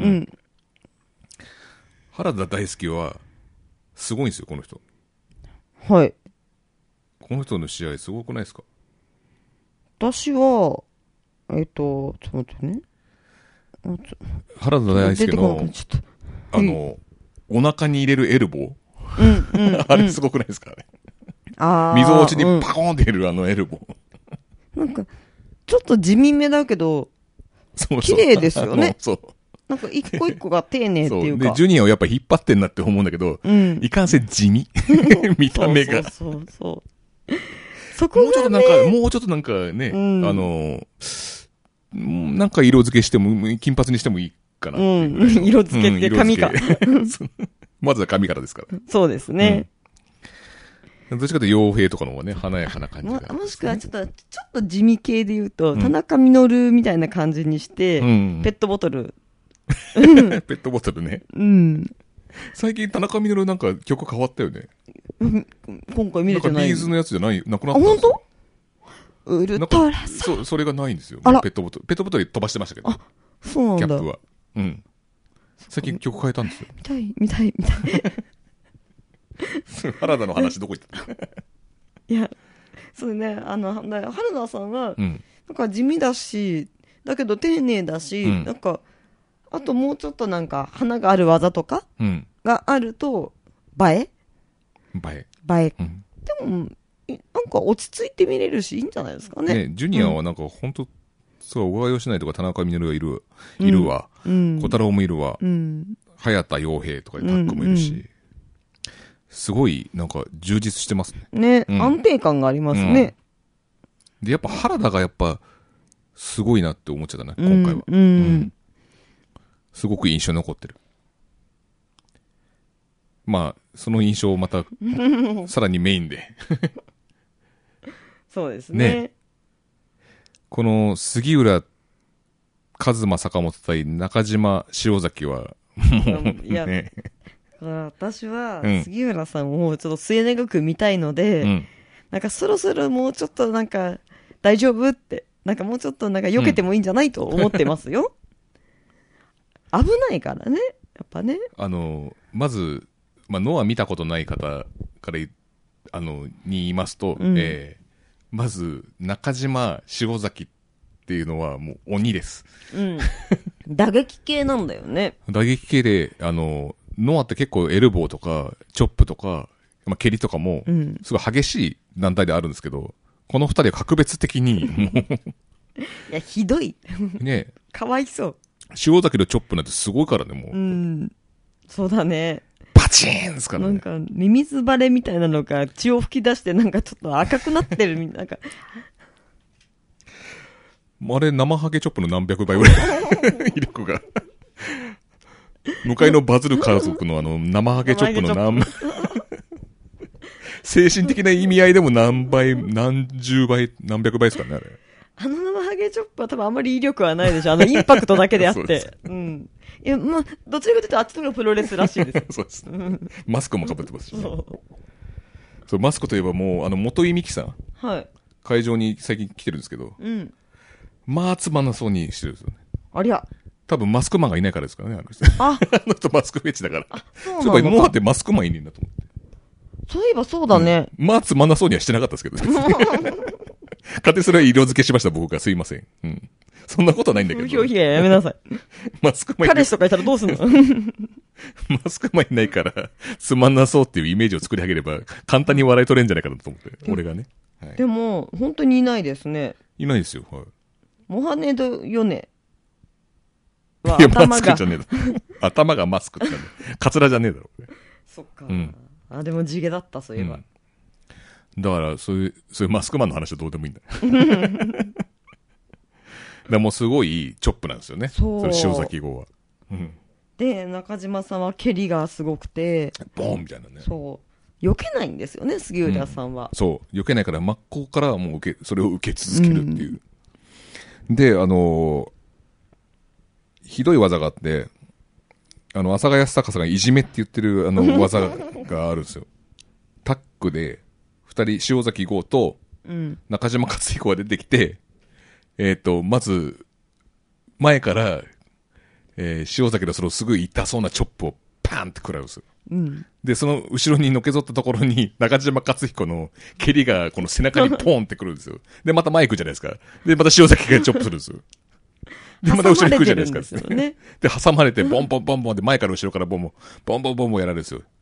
原田大輔は、すごいんですよ、この人。 はい。 この人の試合、すごくないですか？ 私は、ちょっと待ってね。 原田大輔の、お腹に入れるエルボー。あれすごくないですか？あれ。溝落ちにパコーンって入れるエルボー。 なんか、ちょっと地味めだけど、綺麗ですよね。 そう。 なんか一個一個が丁寧っていうか。 で、ジュニアをやっぱ引っ張ってんなって思うんだけど、いかんせん地味。見た目が。 そう。そこがね、 もうちょっとなんかね、なんか色付けしても、金髪にしてもいいかなっていう。 色付けって髪か。 まずは髪からですから。 そうですね。 どっちかというと傭兵とかの方がね、華やかな感じが、 もしくはちょっと地味系で言うと、田中稔みたいな感じにして、ペットボトル。 ペットボトルね。 うん。 最近田中稔なんか曲変わったよね。 今回見れてない。 なんかビーズのやつじゃなくなったんですよ。 本当？ウルトラさん。 それがないんですよ。ペットボトル飛ばしてましたけど。 あ、そうなんだ。 キャップは。うん。最近曲変えたんですよ。 見たい。 原田の話どこ行ったいや、そうね、原田さんは、なんか地味だし、だけど丁寧だし、なんか、あともうちょっとなんか、花がある技とかがあると、映え。でも、なんか落ち着いて見れるし、いいんじゃないですかね。 ジュニアはなんか本当、そう、小川義成とか田中稔がいるわ。小太郎もいるわ。早田洋平とかタッグもいるし。すごい、なんか、充実してますね。安定感がありますね。 で、やっぱ原田がやっぱ、すごいなって思っちゃったね、今回は。すごく印象に残ってる。まあ、その印象をまた、さらにメインで。 そうですね。 この、杉浦、一馬坂本対中島塩崎は、もうね。 私は、杉浦さんをちょっと末永く見たいので、なんかそろそろもうちょっとなんか、大丈夫って、なんかもうちょっとなんか避けてもいいんじゃないと思ってますよ。危ないからね、やっぱね。 まず、ノア見たことない方から、に言いますと、まず、中島塩崎っていうのはもう鬼です。 打撃系なんだよね。 打撃系で、ノアって結構エルボーとか、チョップとか、蹴りとかも、すごい激しい団体であるんですけど、この二人は格別的に、もういや、ひどい。 ねえ。 かわいそう。 塩崎のチョップなんてすごいからね、もう。 そうだね。 バチーンですからね。 なんか、ミミズバレみたいなのが血を吹き出して、なんかちょっと赤くなってるみたいな。なんかあれ、生ハゲチョップの何百倍ぐらい威力が。向かいのバズる家族の生ハゲチョップの精神的な意味合いでも何十倍、何百倍ですかね、あれ。 生ハゲチョップは多分あんまり威力はないでしょ。インパクトだけであって。いや、どちらかというとあっちの方がプロレスらしいです。 そうです。マスクも被ってますし、ね。そう、マスクといえばもう、元井美樹さん。 はい。 会場に最近来てるんですけど。まあ、つまんなそうにしてるんですよね。 ありゃ。 多分マスクマンがいないからですからね、あの人。 あの人マスクフェチだから。 そうなのか。 そういえば、ノアってマスクマンいねえんだと思って。 そういえばそうだね。 まあ、つまんなそうにはしてなかったですけど。勝手にそれは色付けしました、僕が。すいません。そんなことないんだけど。 風評被害やめなさい。 マスクマン彼氏とかいたらどうすんのマスクマンいないから、つまんなそうっていうイメージを作り上げれば、簡単に笑い取れんじゃないかなと思って、俺がね。 でも、本当にいないですね。 いないですよ、はい。 モハメド・ヨネは頭が。いや、マスクじゃねえだろ。頭がマスクってなんだ。カツラじゃねえだろ。 そっか。でも地毛だった、そういえば。 だから、そういうマスクマンの話はどうでもいいんだよ。でもすごいチョップなんですよね。それ塩崎号は。 で、中島さんは蹴りがすごくて。 ボーンみたいなね。 そう。避けないんですよね、杉浦さんは。 そう。避けないから、真っ向からもうそれを受け続けるっていう。で、ひどい技があって、浅賀康隆さんがいじめって言ってる技があるんですよ。タックで、二人、塩崎豪と、中島克彦が出てきて、まず、前から、塩崎のそのすぐ痛そうなチョップをパーンって食らうんですよ。で、その後ろにのけぞったところに、中島克彦の蹴りがこの背中にポーンってくるんですよ。で、また前行くじゃないですか。で、また塩崎がチョップするんですよ。で、また後ろに行くじゃないですか。で、挟まれて、ボンボンボンボンで前から後ろからボンボン、ボンボンボンボンやられるんですよ。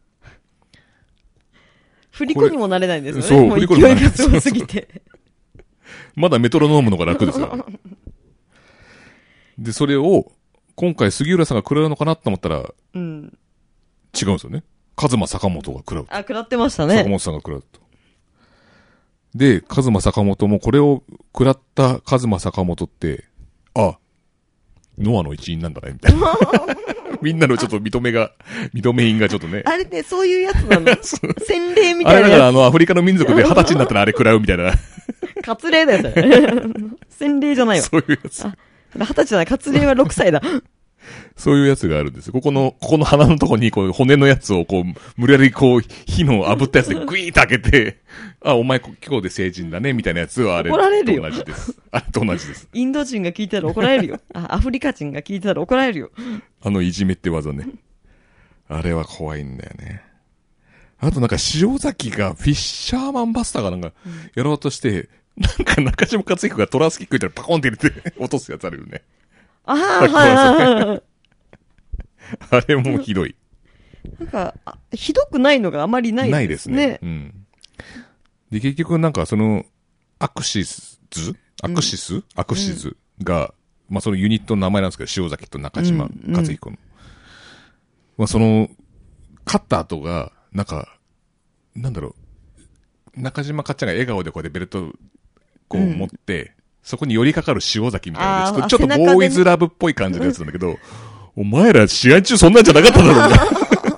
振り子にもなれないんですよね。 そう、振り子にもなれない。 勢いが強すぎて。 まだメトロノームの方が楽ですよ。で、それを、今回杉浦さんが食らうのかなと思ったら、違うんですよね。カズマ坂本が食らう。 食らってましたね。 坂本さんが食らうと。で、カズマ坂本もこれを食らったカズマ坂本って、ノアの一員なんだね、みたいな。みんなのちょっと認め印がちょっとね。 あれってそういうやつなの洗礼みたいな。 あれだからアフリカの民族で20歳になったらあれ食らうみたいな。 割礼だよ、それ。洗礼じゃないわ。 そういうやつ。 20歳じゃない、割礼は6歳だ。 そういうやつがあるんですよ。ここの鼻のとこに、骨のやつを無理やり火の炙ったやつでグイーンと開けて、お前今日で成人だね、みたいなやつはあれと同じです。あれと同じです。 インド人が聞いたら怒られるよ。アフリカ人が聞いたら怒られるよ。 いじめって技ね。あれは怖いんだよね。あと塩崎がフィッシャーマンバスターがやろうとして、中島克彦がトランスキックみたいなパコンって入れて落とすやつあるよね。あれもひどい。 ひどくないのがあまりないですね。 ないですね。うん。で、結局その、アクシスが、そのユニットの名前なんですけど、塩崎と中島克彦の。その、勝った後が、中島かっちゃんが笑顔でこうやってベルト、持って、そこに寄りかかる塩崎みたいな、ちょっとボーイズラブっぽい感じのやつなんだけど、お前ら試合中そんなんじゃなかっただろうな。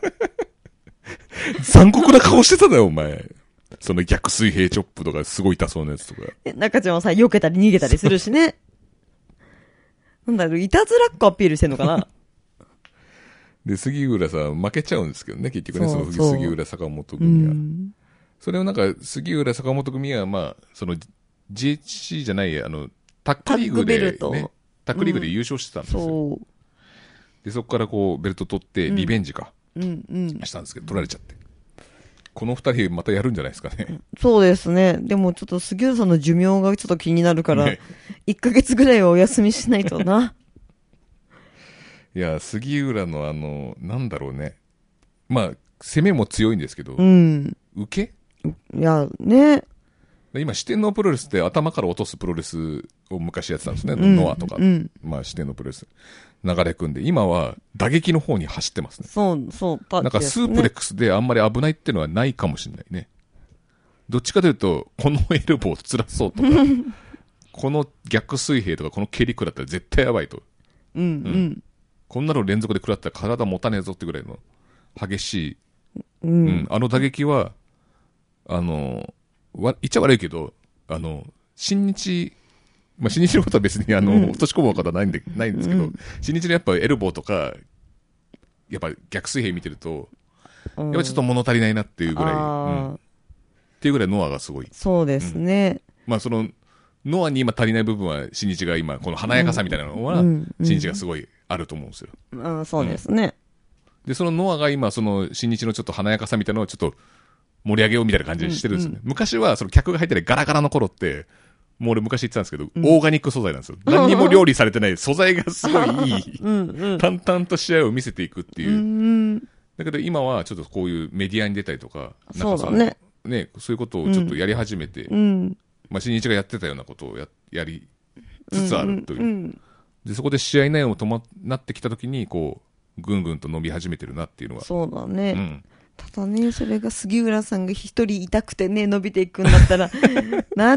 残酷な顔してただよ、お前。その逆水平チョップとかすごい痛そうなやつとか。 中島さん避けたり逃げたりするしね。いたずらっ子アピールしてんのかな。 で、杉浦さん負けちゃうんですけどね、結局ね、その杉浦坂本組は。それを杉浦坂本組は、その、GHC じゃない、タックリーグで、ね、タックリーグで優勝してたんですよ。で、そこからベルト取って、リベンジしたんですけど、取られちゃって。この二人またやるんじゃないですかね。 そうですね。でもちょっと杉浦さんの寿命がちょっと気になるから、1ヶ月ぐらいはお休みしないとな。 いや、杉浦のなんだろうね。攻めも強いんですけど、受け？ いや、ね。 今、四天王プロレスって頭から落とすプロレスを昔やってたんですね。ノアとか。四天王プロレス。流れ組んで、今は打撃の方に走ってますね。 そう、 スープレックスであんまり危ないっていうのはないかもしれないね。どっちかというと、このエルボー辛そうとか、この逆水平とかこの蹴り食らったら絶対やばいと。こんなの連続で食らったら体持たねえぞってぐらいの激しい。打撃は、言っちゃ悪いけど、新日のことは別に落とし込むことはないんですけど、新日のやっぱエルボーとか、やっぱ逆水平見てると、やっぱちょっと物足りないなっていうぐらい、っていうぐらいノアがすごい。 そうですね。 その、ノアに今足りない部分は新日が今、この華やかさみたいなのは、新日がすごいあると思うんですよ。 そうですね。 で、そのノアが今、その新日のちょっと華やかさみたいなのをちょっと盛り上げようみたいな感じにしてるんですよね。昔はその客が入ってるガラガラの頃って、もう俺昔言ってたんですけど、オーガニック素材なんですよ。何にも料理されてない素材がすごいいい、淡々と試合を見せていくっていう。だけど今はちょっとこういうメディアに出たりとか、 そうだね。 そういうことをちょっとやり始めて、新日がやってたようなことをやりつつあるという。で、そこで試合内容もなってきたときに、ぐんぐんと伸び始めてるなっていうのは。 そうだね。ただね、それが杉浦さんが一人痛くてね、伸びていくんだったら、なって。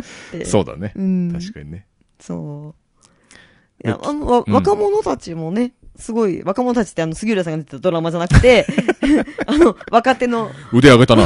そうだね。確かにね。 そう。いや、若者たちもね、すごい、若者たちって杉浦さんが出てたドラマじゃなくて、若手の。 腕上げたな。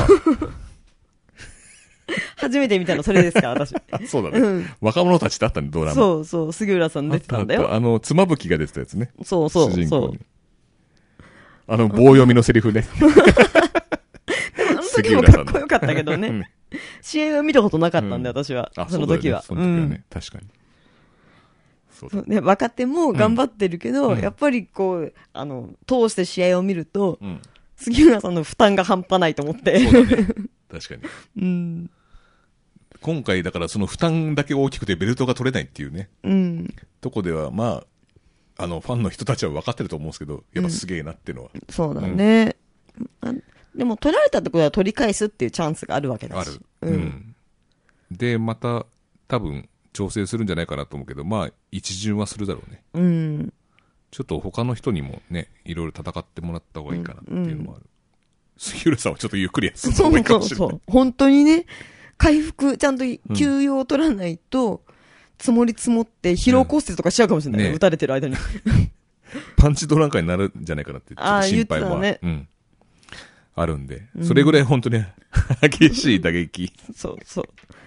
初めて見たのそれですか、私。 そうだね。若者たちってあったね、ドラマ。 そう、杉浦さん出てたんだよ。 妻夫木が出てたやつね。 そう。 棒読みのセリフね。 の時もかっこよかったけどね。試合は見たことなかったんで、私は。その時は。 その時はね、確かに。 そうね、若手も頑張ってるけど、やっぱりこう、通して試合を見ると、杉浦さんの負担が半端ないと思って。 そうだね。確かに。今回だからその負担だけ大きくてベルトが取れないっていうね。とこでは、まあ、ファンの人たちは分かってると思うんですけど、やっぱすげえなっていうのは。 そうだね。でも取られたってことは取り返すっていうチャンスがあるわけだし。 ある。で、また、多分、調整するんじゃないかなと思うけど、まあ、一巡はするだろうね。ちょっと他の人にもね、いろいろ戦ってもらった方がいいかなっていうのもある。杉浦さんはちょっとゆっくり休んだ方がいいかもしれない。そう。 本当にね、回復、ちゃんと休養を取らないと、積もり積もって疲労骨折とかしちゃうかもしれない。打たれてる間に。 パンチドランカーになるんじゃないかなって、ちょっと心配は、あるんで、それぐらい本当に激しい打撃。 そうそう。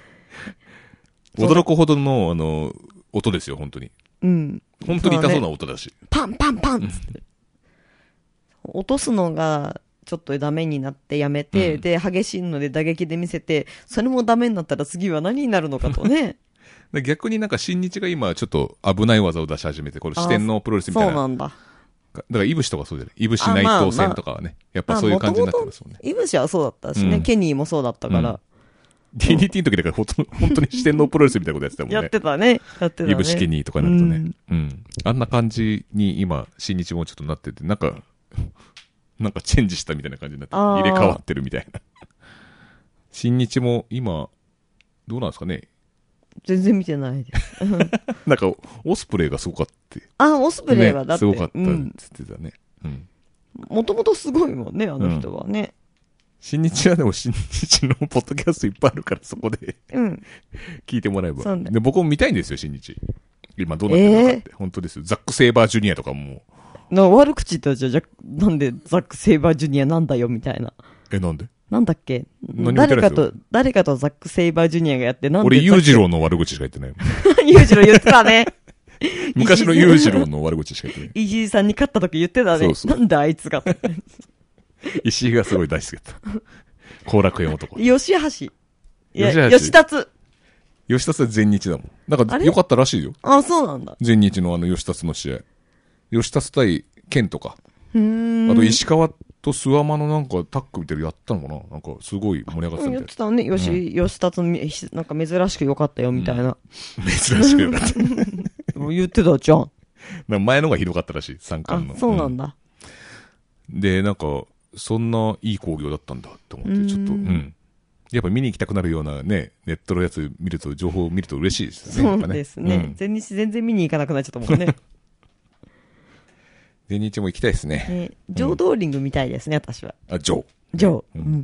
驚くほどの、音ですよ、本当に。本当に痛そうな音だし。 パンパンパンつって。落とすのが、ちょっとダメになってやめて、で、激しいので打撃で見せて、それもダメになったら次は何になるのかとね。 逆になんか新日が今ちょっと危ない技を出し始めて、これ四天王プロレスみたいな。 そうなんだ。 だから、イブシとかそうじゃない。イブシ内藤戦とかはね、やっぱそういう感じになってますもんね。 イブシはそうだったしね、ケニーもそうだったから。 DDT の時だから本当に四天王プロレスみたいなことやってたもんね。 やってたね。 イブシケニーとかになるとね。あんな感じに今、新日もちょっとなってて、なんかチェンジしたみたいな感じになって、入れ替わってるみたいな。新日も今、どうなんですかね。 全然見てないです。 なんか、オスプレイがすごかった。 オスプレイはだって。 すごかったって言ってたね。 もともとすごいもんね、あの人はね。 新日はでも新日のポッドキャストいっぱいあるからそこで聞いてもらえば。で、僕も見たいんですよ、新日。今どうなってるのかって。本当ですよ。ザック・セイバージュニアとかも。 悪口言ったらじゃあ、なんでザック・セイバージュニアなんだよ、みたいな。 なんでなんだっけ誰かとザック・セイバージュニアがやってなんで俺、裕次郎の悪口しか言ってない。 裕次郎言ってたね。 昔の裕次郎の悪口しか言ってない。 石井さんに勝った時言ってたね。なんであいつが。 石井がすごい大好きだった。後楽園男。 吉橋。吉達。 吉達は全日だもん。なんか良かったらしいよ。 そうなんだ。 全日の吉達の試合。吉達対ケンとか。あと石川と諏訪間のなんかタッグみたいなやったのかななんかすごい盛り上がってたみたいな。言ってたね。吉達なんか珍しく良かったよみたいな。 珍しく良かった。 言ってたじゃん。 前のがひどかったらしい、三冠の。 そうなんだ。 で、なんか、そんないい興行だったんだって思って、ちょっと、やっぱ見に行きたくなるようなね、ネットのやつ見ると、情報を見ると嬉しいですね。 そうですね。全日全然見に行かなくなっちゃったもんね。 全日も行きたいですね。 ジョー・ドーリングみたいですね、私は。 ジョー。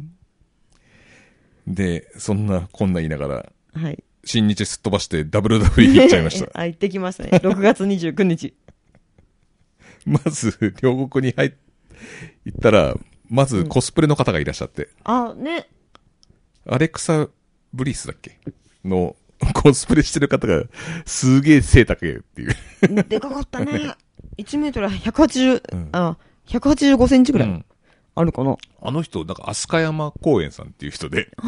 で、そんなこんな言いながら、新日すっ飛ばして WWE 行っちゃいました。 行ってきましたね。6月29日。 まず、両国に行ったら、まずコスプレの方がいらっしゃって。 ね。 アレクサ・ブリスだっけのコスプレしてる方がすげえ背高いっていう。 でかかったね。1メートル185センチぐらいあるかな。 あの人、なんか飛鳥山公園さんっていう人で。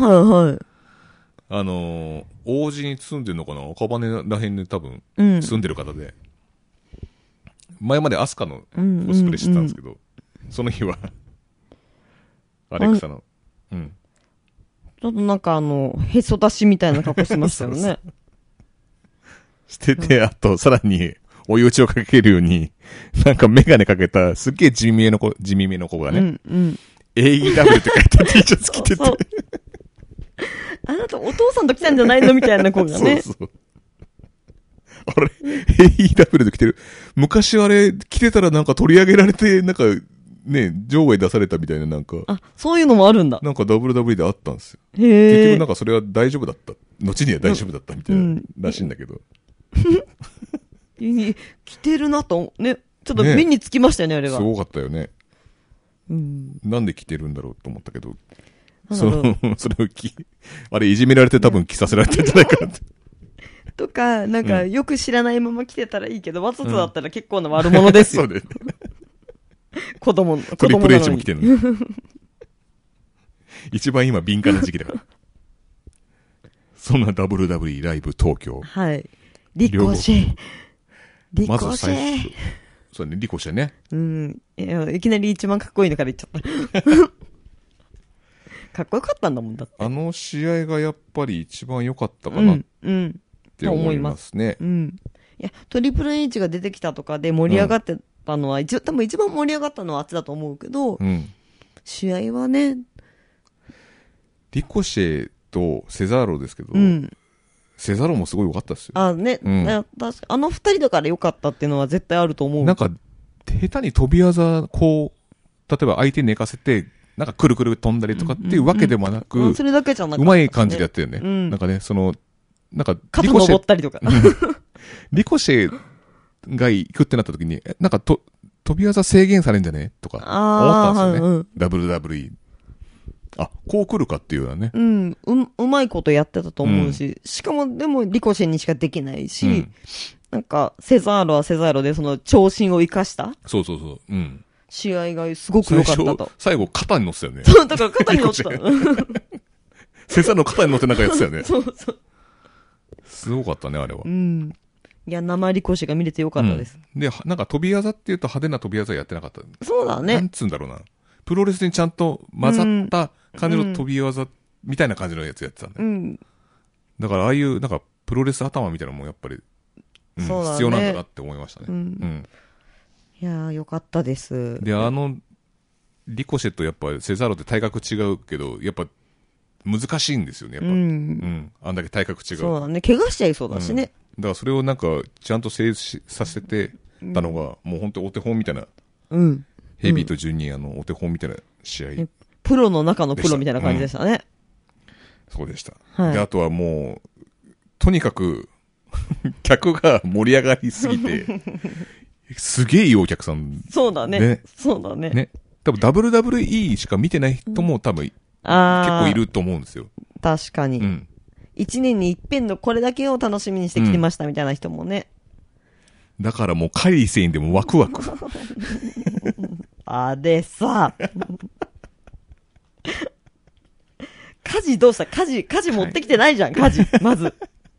王子に住んでるのかな赤羽らへんで多分住んでる方で。前まで飛鳥のコスプレしてたんですけど、その日は、アレクサの。 ちょっとなんかへそ出しみたいな格好してましたよね。 してて、あと、さらに、追い打ちをかけるように、なんかメガネかけた、すっげえ地味めの子がね、AEW って書いて T シャツ着てて。 あなたお父さんと来たんじゃないのみたいな子がね。 そう。あれ ?AEW で着てる。昔あれ、着てたらなんか取り上げられて、なんか、ね、場外出されたみたいななんか。 そういうのもあるんだ。 なんか WWE であったんですよ。結局なんかそれは大丈夫だった。後には大丈夫だったみたいな、らしいんだけど。 着てるなと、ね。ちょっと目につきましたよね、あれは。 すごかったよね。なんで着てるんだろうと思ったけど。それをあれいじめられて多分着させられてるんじゃないかなって。 とか、なんかよく知らないまま着てたらいいけど、わざとだったら結構な悪者ですよ。 そうだよね。 子供トリプル H も着てるの。 一番今敏感な時期だから。そんな WWE ライブ東京。 はい。リコシェ。リコシェ。 まず最初。そうね、リコシェね。 うん。いきなり一番かっこいいのから言っちゃった。かっこよかったんだもんだって。 あの試合がやっぱり一番良かったかなって思いますね。 うん。いや、トリプル H が出てきたとかで盛り上がってたのは、多分一番盛り上がったのはあっちだと思うけど、うん、試合はね。 リコシェとセザーロですけど、うん、セザーロもすごい良かったですよ。 あ、ね。うん、確かあの二人だから良かったっていうのは絶対あると思う。 なんか、下手に飛び技、こう、例えば相手に寝かせて、なんかくるくる飛んだりとかっていうわけでもなく、 それだけじゃなくて、 うまい感じでやったよね。なんかね、なんか、 肩登ったりとか。 リコシェが行くってなった時に、なんか飛び技制限されるんじゃねとか思ったんですよね。WWE。あ、こう来るかっていうのはね。 うまいことやってたと思うし、しかもでもリコシェにしかできないし、なんか、セザーロはセザーロでその長身を生かした。 そうそうそう。うん。 試合がすごく良かったと。 最後肩に乗ってたよね。 そう、だから肩に乗ってた。 セザーロの肩に乗ってなんかやってたよね。 そうそう。 すごかったね、あれは。 いや、生リコシェが見れてよかったです。 で、なんか飛び技っていうと派手な飛び技やってなかった。 そうだね。 なんつうんだろうな。プロレスにちゃんと混ざった感じの飛び技みたいな感じのやつやってたんだよ。だからああいう、なんかプロレス頭みたいなのもやっぱり、必要なんだなって思いましたね。 いやー、よかったです。 で、リコシェとやっぱセザーロって体格違うけど、やっぱ難しいんですよね、やっぱ。あんだけ体格違う。 そうだね。怪我しちゃいそうだしね。 だからそれをなんか、ちゃんと成立させてたのが、もう本当お手本みたいな。ヘビーとジュニアのお手本みたいな試合。 プロの中のプロみたいな感じでしたね。 そうでした。で、あとはもう、とにかく、客が盛り上がりすぎて、すげえいいお客さん。 そうだね。そうだね。ね。 多分 WWE しか見てない人も多分、結構いると思うんですよ。 確かに。一年に一遍のこれだけを楽しみにしてきてましたみたいな人もね。 だからもうカリーセインでもワクワク。 あれさ。家事どうした？家事持ってきてないじゃん、家事。まず。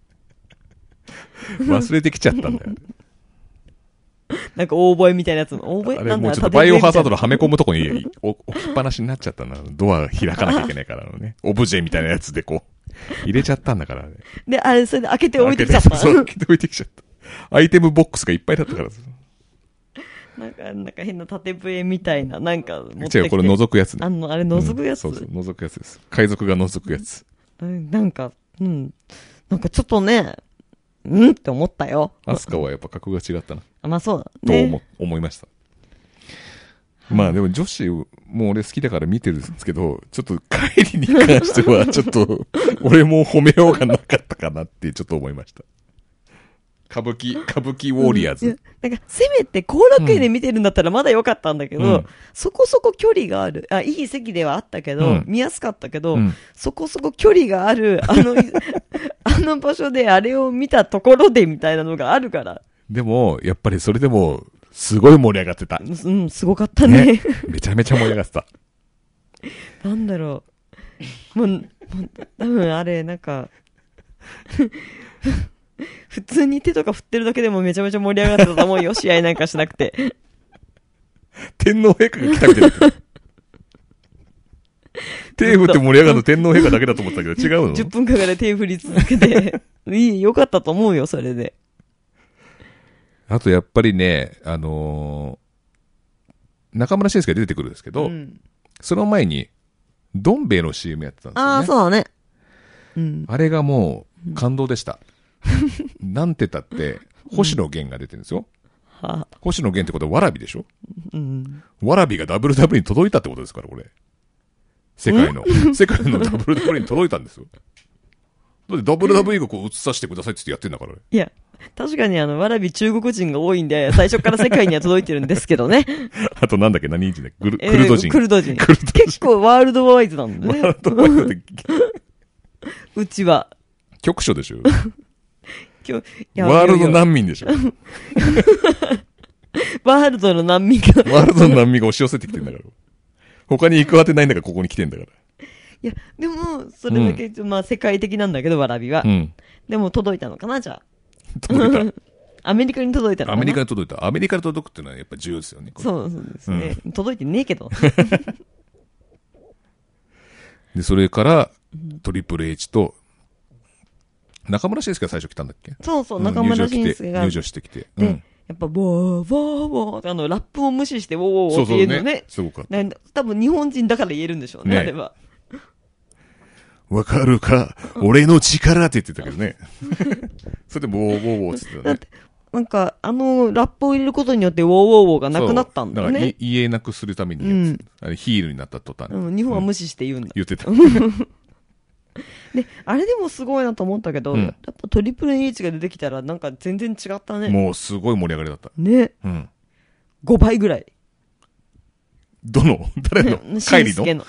忘れてきちゃったんだよ。 なんか大声みたいなやつの。大声あれもうちょっとバイオハザードのはめ込むとこに置きっぱなしになっちゃったな。ドア開かなきゃいけないからね。オブジェみたいなやつでこう、入れちゃったんだからね。 で、あれ、それで開けて置いてきちゃった。 そう、開けて置いてきちゃった。アイテムボックスがいっぱいだったからなんか変な縦笛みたいな、なんか持ってきて。 違う、これ覗くやつね。 あれ覗くやつ、 そうそう、覗くやつです。海賊が覗くやつ。 なんかちょっとね、って思ったよ。 アスカはやっぱ格が違ったな。 まあそうだね。 と思いました。まあでも女子も俺好きだから見てるんですけど、ちょっと帰りに関してはちょっと俺も褒めようがなかったかなってちょっと思いました。歌舞伎ウォーリアーズ。 なんか、せめて後楽園で見てるんだったらまだ良かったんだけど、そこそこ距離がある。いい席ではあったけど、見やすかったけど、そこそこ距離がある、あの場所であれを見たところでみたいなのがあるから。 でも、やっぱりそれでも、すごい盛り上がってた。 すごかったね。 めちゃめちゃ盛り上がってた。 なんだろう。もう多分あれ、なんか、普通に手とか振ってるだけでもめちゃめちゃ盛り上がってたと思うよ、試合なんかしなくて。 天皇陛下が来たみたいな。手振って盛り上がるの天皇陛下だけだと思ったけど、違うの ?10 分間から手振り続けて、よかったと思うよ、それで。 あとやっぱりね、中村俊輔が出てくるんですけど、その前に、どん兵衛の CM やってたんですよね。 ああ、そうだね。 あれがもう、感動でした。なんてたって、星野源が出てるんですよ。星野源ってことはわらびでしょ。わらびが WW に届いたってことですから、これ。世界の WW に届いたんですよ。だって WW がこう映させてくださいって言ってやってんだから。 いや、確かにわらび中国人が多いんで、最初から世界には届いてるんですけどね。 あとなんだっけ、何人だっけ、クルド人。 クルド人。結構ワールドワイズなんでね。ワールドワイズで。うちは。 局所でしょ。ワールド難民でしょ。 ワールドの難民が。 ワールドの難民が押し寄せてきてんだから。他に行く当てないんだからここに来てんだから。 いや、でも、それだけ、まあ、世界的なんだけど、わらびは。でも、届いたのかな、じゃあ。 届いた。 アメリカに届いたのかな。 アメリカに届いた。アメリカに届くっていうのはやっぱ重要ですよね。 そうですね。届いてねえけど。 で、それから、トリプル H と、中村俊輔が最初来たんだっけ？ そうそう、中村俊輔が。 入場してきて。 で、やっぱ、ウォー、ウォー、ウォーってラップを無視して、ウォー、ウォーって言うのね。 すごかった。 多分日本人だから言えるんでしょうね、あれは。 わかるか俺の力って言ってたけどね。それで、ウォー、ウォー、ウォーって言ってたね。 なんか、ラップを入れることによって、ウォー、ウォー、ウォーがなくなったんだよね。 だから言えなくするために、ヒールになった途端。 日本は無視して言うんだ。 言ってた。 で、あれでもすごいなと思ったけど、やっぱトリプル H が出てきたらなんか全然違ったね。 もうすごい盛り上がりだった。 ね。5倍ぐらい。 誰のカイリの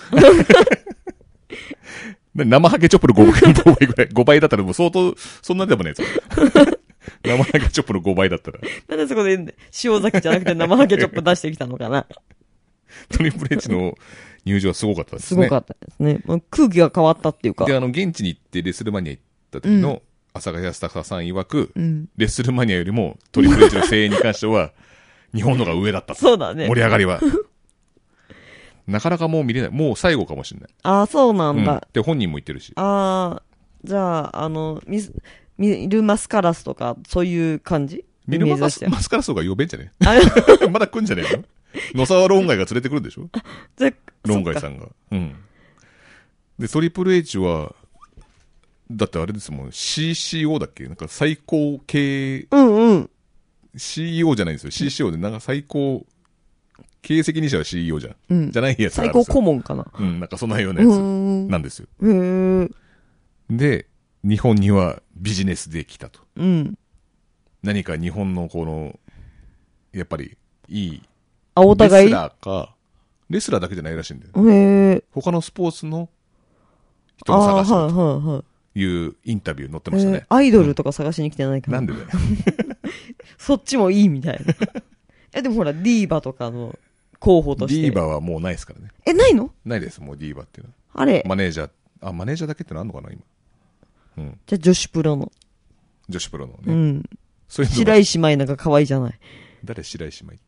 生ハゲチョップの5倍ぐらい。5倍だったらもう相当、そんなでもないですよ。生ハゲチョップの5倍だったら。 なんでそこで塩崎じゃなくて生ハゲチョップ出してきたのかな。 トリプル H の入場はすごかったですね。 すごかったですね。空気が変わったっていうか。 で、現地に行ってレスルマニア行った時の、朝霞スタッフさん曰く、レスルマニアよりもトリプル H の声援に関しては、日本のが上だった。 そうだね。 盛り上がりは。なかなかもう見れない。もう最後かもしれない。 ああ、そうなんだ。 で、本人も言ってるし。 ああ、じゃあ、ミルマスカラスとか、そういう感じ？ ミルマスカラスとか呼べんじゃねえまだ来んじゃねえの野沢論外が連れてくるんでしょ論外さんが。で、トリプル H は、だってあれですもん、CCO だっけなんか最高経、CEO じゃないんですよ。CCO で、なんか最高、経営責任者は CEO じゃん。じゃないやつ最高顧問かな。 なんかそんなようなやつなんですよ。で、日本にはビジネスで来たと。何か日本のこの、やっぱり、いい、 お互いレスラーか、レスラーだけじゃないらしいんだよ。他のスポーツの人を探してるというインタビュー載ってましたね。 アイドルとか探しに来てないかな。 なんでだよ。 そっちもいいみたいな。でもほら、ディーバとかの候補として。 ディーバはもうないですからね。 ないの？ ないです、もうディーバっていうのは。 あれマネージャーだけってのあんのかな、今。 じゃあ女子プロの。 女子プロのね。 白石舞なんか可愛いじゃない。 誰白石舞って。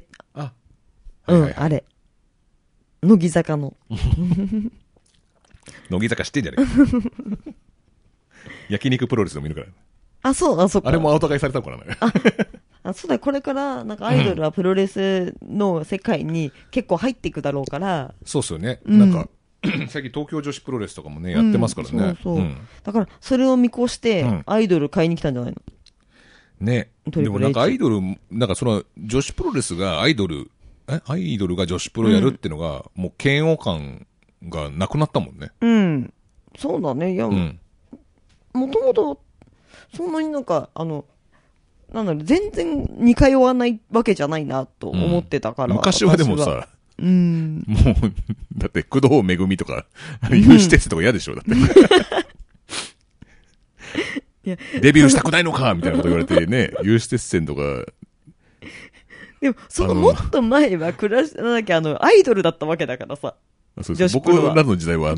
あれ。乃木坂の。 乃木坂知ってんじゃねえ焼肉プロレスでも見るから。 そうか。 あれもアウト買いされたのかな。そうだ、これから、なんかアイドルはプロレスの世界に結構入っていくだろうから。 そうっすよね。なんか、最近東京女子プロレスとかもね、やってますからね。 だから、それを見越して、アイドル買いに来たんじゃないの？ ね。でもなんかアイドル、なんかその女子プロレスがアイドルが女子プロやるってのが、もう嫌悪感がなくなったもんね。 そうだね。いや、もともと、そんなになんか、全然似通わないわけじゃないなと思ってたから。 昔はでもさ、もう、だって工藤めぐみとか、有志鉄とか嫌でしょだって。デビューしたくないのかみたいなこと言われてね、有志鉄線とか。 でも、そのもっと前はアイドルだったわけだからさ。 僕らの時代はだ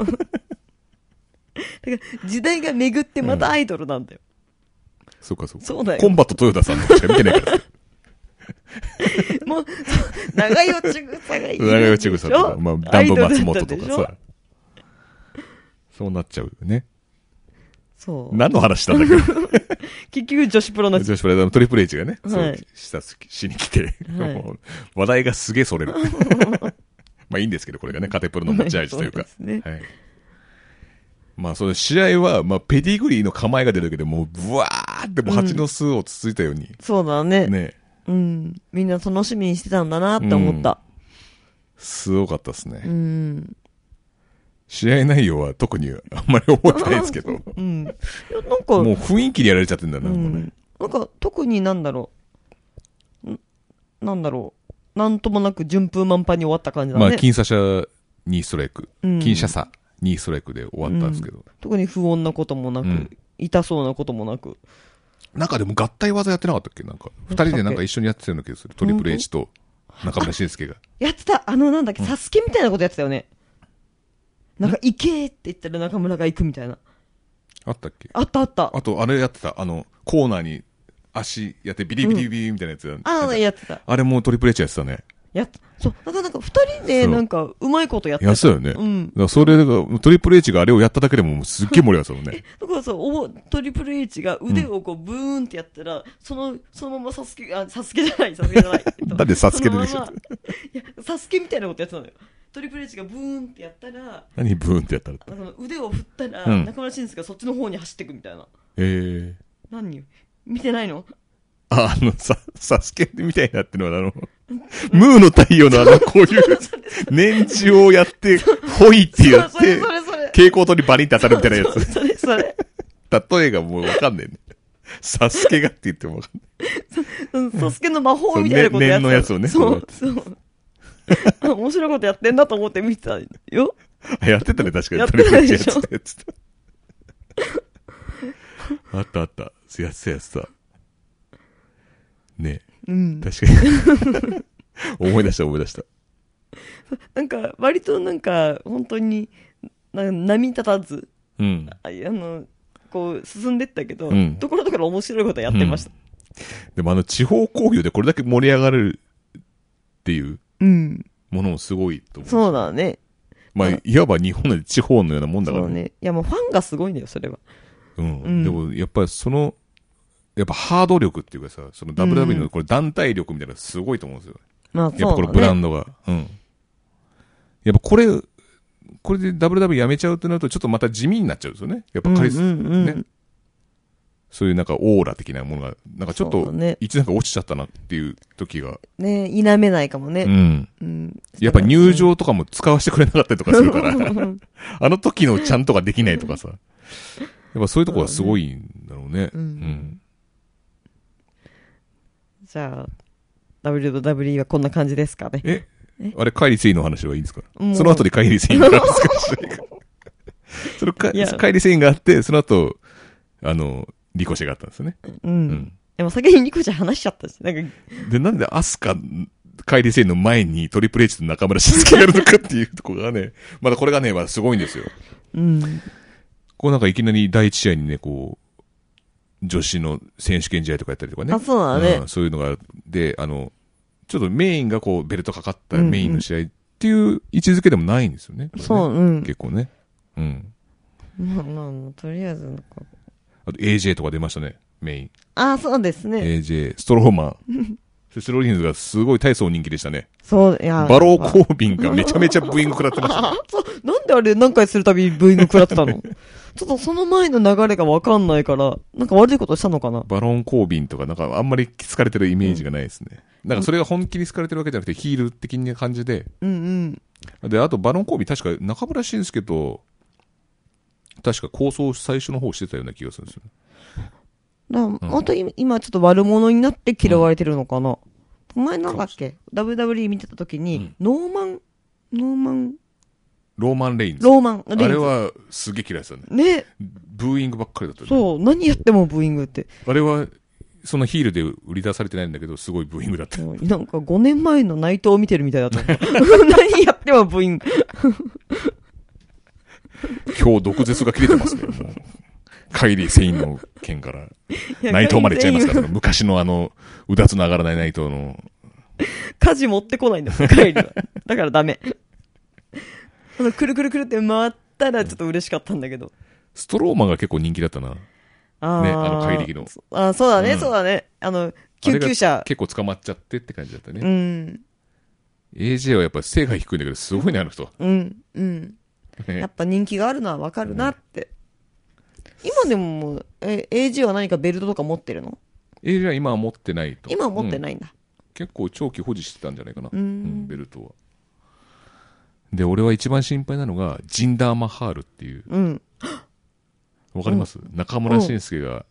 から時代が巡ってまたアイドルなんだよ。 そうか。 そうだよ。 コンバットトヨタさんとかしか見てないから。 もう、長与千草がいい。 長与千草とか、ダンボ松本とかさ。そうなっちゃうよね。 そう。 何の話したんだけど。 結局女子プロの。 女子プロのトリプル H がね、しに来て、話題がすげえそれる。まあいいんですけど、これがね、カテプロの持ち味というか。まあその試合は、ペディグリーの構えが出るだけでもう、ブワーってもう蜂の巣をつついたように。 そうだね。みんな楽しみにしてたんだなって思った。 すごかったですね。試合内容は特にあんまり覚えてないですけど。なんか。もう雰囲気でやられちゃってんだな、 なんか特になんだろう。なんともなく順風満帆に終わった感じだね。 僅差者2ストライク。僅差差2ストライクで終わったんですけど。 特に不穏なこともなく、痛そうなこともなく。 なんかでも合体技やってなかったっけなんか。二人でなんか一緒にやってたような気がする。トリプル H と中村俊輔が。 やってた。なんだっけ、サスケみたいなことやってたよね。 なんか行けって言ったら中村が行くみたいな。 あったっけ？ あった。 あと、あれやってた。コーナーに足やってビリビリビリみたいなやつやってた。 あれもトリプル H やってたね。 そう。なんか二人でなんかうまいことやってた。 やってたよね。だからそれが、トリプル H があれをやっただけでもすっげえ盛り上がったもんね。 だからさ、トリプル H が腕をこうブーンってやったら、そのままサスケじゃない。 なんでサスケででしょ。 いや、サスケみたいなことやってたのよ。トリプル H がブーンってやったら、 何ブーンってやったら腕を振ったら、中村慎介がそっちの方に走っていくみたいな。何見てないの？ サスケみたいなってのはムーの太陽のこういう、年次をやって、ほいってやって、蛍光灯にバリンって当たるみたいなやつ。 それ。 例えがもうわかんねえね。サスケがって言ってもわかんない。 サスケの魔法みたいなことやってた。 念のやつをね。 そう。面白いことやってんだと思って見てたよ。 やってたね、確かに。 やってたでしょ。 あった。やつさ。ね。 うん。 確かに。思い出した。 なんか、割となんか、本当に、波立たず、こう、進んでったけど、ところどころ面白いことやってました。 でも地方工業でこれだけ盛り上がるっていう、ものもすごいと思う。 そうだね。 まあ、いわば日本の地方のようなもんだからね。 そうね。いや、もうファンがすごいんだよ、それは。 でも、やっぱりやっぱハード力っていうかさ、その WWE のこれ団体力みたいなのすごいと思うんですよ。 まあ、そうやっぱこのブランドが。やっぱこれで WWE やめちゃうとなるとちょっとまた地味になっちゃうんですよね。やっぱね。そういうなんかオーラ的なものが、なんかちょっと、一段階落ちちゃったなっていう時が。 ね、否めないかもね。 やっぱ入場とかも使わせてくれなかったりとかするから、あの時のちゃんとができないとかさ。やっぱそういうところがすごいんだろうね。 じゃあ、WWE はこんな感じですかね。 あれ、カイリー・セインの話はいいんですか？その後でカイリー・セインの話しかしないか。そのカイリー・セインがあって、その後、リコシェがあったんですよね。 でも先にリコシェ話しちゃったし。 なんでアスカ、カイリー・セインの前にトリプル H と中村慎介があるのかっていうところがね、まだこれがね、まだすごいんですよ。こうなんかいきなり第一試合にね、こう、女子の選手権試合とかやったりとかね。 そうだね。 そういうのが、で、ちょっとメインがこう、ベルトかかったメインの試合っていう位置づけでもないんですよね。 そう、 結構ね。 まあ、とりあえずなんか。 あと AJ とか出ましたね、メイン。 そうですね。 AJ、ストローマン。スローリンズがすごい大層人気でしたね。 そう、いや。 バロー・コービンがめちゃめちゃブーイング食らってました、ね。 なんであれ何回するたびブーイング食らってたの？ちょっとその前の流れがわかんないから、なんか悪いことしたのかな？ バロン・コービンとかなんかあんまり好かれてるイメージがないですね。なんかそれが本気に好かれてるわけじゃなくてヒール的な感じで。で、あとバロン・コービン確か中村慎介と、確か構想最初の方してたような気がするんですよね。 また今ちょっと悪者になって嫌われてるのかな。前なんだっけ ?WWE 見てた時に、ローマン・レインズ。あれはすげえ嫌いですよね。 ね。 ブーイングばっかりだった、ね。 そう。何やってもブーイングって。 あれは、そのヒールで売り出されてないんだけど、すごいブーイングだった。 なんか5年前の内藤を見てるみたいだった。何やってもブーイング。 今日毒舌が切れてますね。カイリー・セインの件から、内藤までいっちゃいますから、昔のうだつの上がらない内藤の。 舵持ってこないんだよ、カイリーは。だからダメ。くるくるくるって回ったらちょっと嬉しかったんだけど。 ストローマンが結構人気だったな。ね、怪力の。 そうだね、そうだね。救急車。 結構捕まっちゃってって感じだったね。AJ はやっぱり背が低いんだけど、すごいね、あの人。やっぱ人気があるのはわかるなって。今でも、AG は何かベルトとか持ってるの？ AG は今は持ってないと。 今は持ってないんだ。 結構長期保持してたんじゃないかな。ベルトは。で、俺は一番心配なのが、ジンダーマハールっていう。わかります？中村慎介が、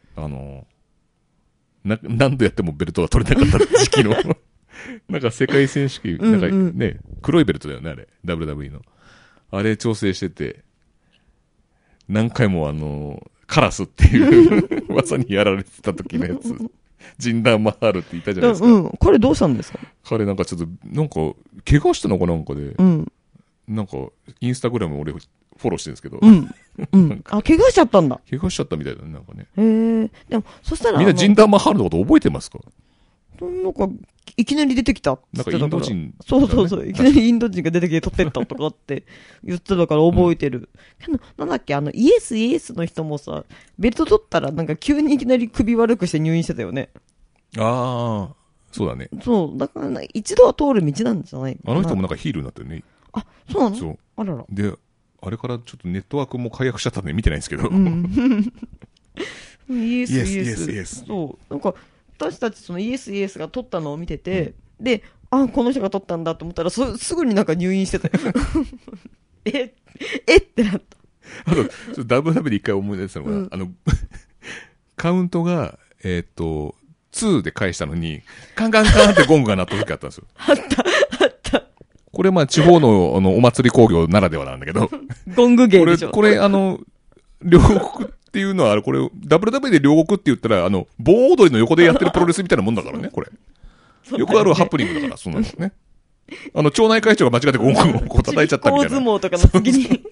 何度やってもベルトが取れなかった時期の、なんか世界選手権、なんかね、黒いベルトだよね、あれ。WWE の。あれ調整してて、何回もカラスっていう技にやられてた時のやつ。ジンダーマハールって言ったじゃないですか。 彼どうしたんですか？ 彼なんかちょっと、なんか、怪我したのかなんかで、 なんか、インスタグラム俺フォローしてるんですけど。 うん。うん。あ、怪我しちゃったんだ。 怪我しちゃったみたいだね、なんかね。 へえ。でも、そしたら。 みんなジンダーマハルのこと覚えてますか？ なんか、いきなり出てきたって言ってたから。 なんかインド人、ね。 そう。いきなりインド人が出てきて撮ってったとかって言ってたから覚えてる。けど、なんだっけ、イエスの人もさ、ベルト取ったらなんか急にいきなり首悪くして入院してたよね。 ああ、そうだね。 そう。だから、一度は通る道なんじゃないかな。 あの人もなんかヒールになってるね。 あ、そうなの？ そう。 あらら。 で、あれからちょっとネットワークも解約しちゃったんで見てないんですけど。 イエス。そう。なんか、私たちそのイエスが撮ったのを見てて、で、あ、この人が撮ったんだと思ったら、すぐになんか入院してたよ。えってなった。 あと、ダブで一回思い出したのが、カウントが、2で返したのに、カンカンカンってゴングが鳴った時あったんですよ。 あった。 これまあ地方のお祭り工業ならではなんだけど。 ゴング芸でしょ。 これ両国っていうのは、これ、WW で両国って言ったら、盆踊りの横でやってるプロレスみたいなもんだからね、これ。よくあるハプニングだから、そうなんですね。町内会長が間違ってゴングをこう叩いちゃったみたいな。 相撲とかの次に。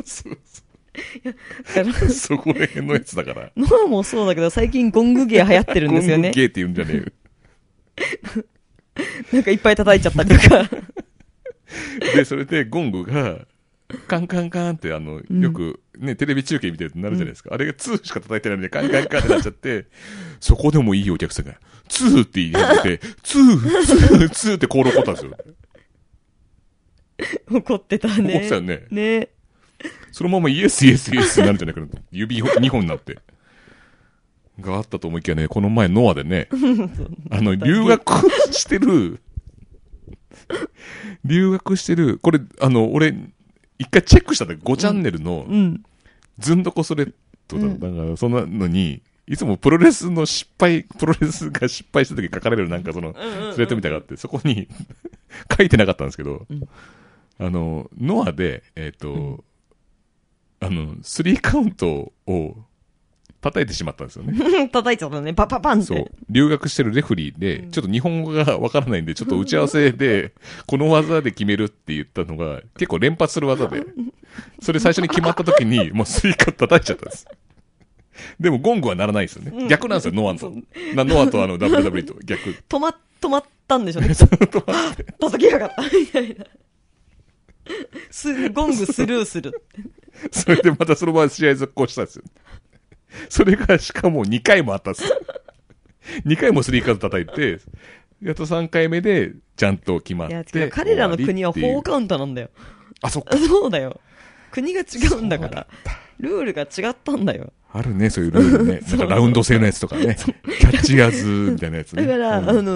そこら辺のやつだから。 ノアもそうだけど、最近ゴング芸流行ってるんですよね。 ゴング芸って言うんじゃねえよ。なんかいっぱい叩いちゃったりとか。 で、それでゴングが、カンカンカンってよくね、テレビ中継見てるとなるじゃないですか。あれが2しか叩いてないのでカンカンカンってなっちゃって、そこでもいいお客さんが、2って言い始めて、2ってコール起こったんですよ。 怒ってたね。 怒ってたよね。 ね。 そのままイエスになるんじゃないかな。指2本になって。があったと思いきやね、この前ノアでね、留学してる、これ、俺、一回チェックしたんだけど、5チャンネルの、ズンドコスレッドだ。だから、そんなのに、いつもプロレスが失敗した時書かれるなんかその、スレッドみたいなのがあって、そこに書いてなかったんですけど、ノアで、3カウントを叩いてしまったんですよね。 叩いちゃったね。パンって。 そう。留学してるレフリーで、ちょっと日本語がわからないんで、ちょっと打ち合わせで、この技で決めるって言ったのが、結構連発する技で、それ最初に決まった時に、もうスイカ叩いちゃったんです。でもゴングは鳴らないですよね。逆なんですよ、ノアと。ノアとWW と逆。 止まったんでしょうね。止まって。叩きやがった、みたいな。ゴングスルーする。 それでまたそのまま試合続行したんですよ。それがしかも2回もあったんです。2回もスリーカード叩いて、やっと3回目でちゃんと決まって。 いや、彼らの国は4カウントなんだよ。 あ、そっか。 そうだよ。国が違うんだから。ルールが違ったんだよ。 あるね、そういうルールね。なんかラウンド制のやつとかね。キャッチアーズみたいなやつね。 だから、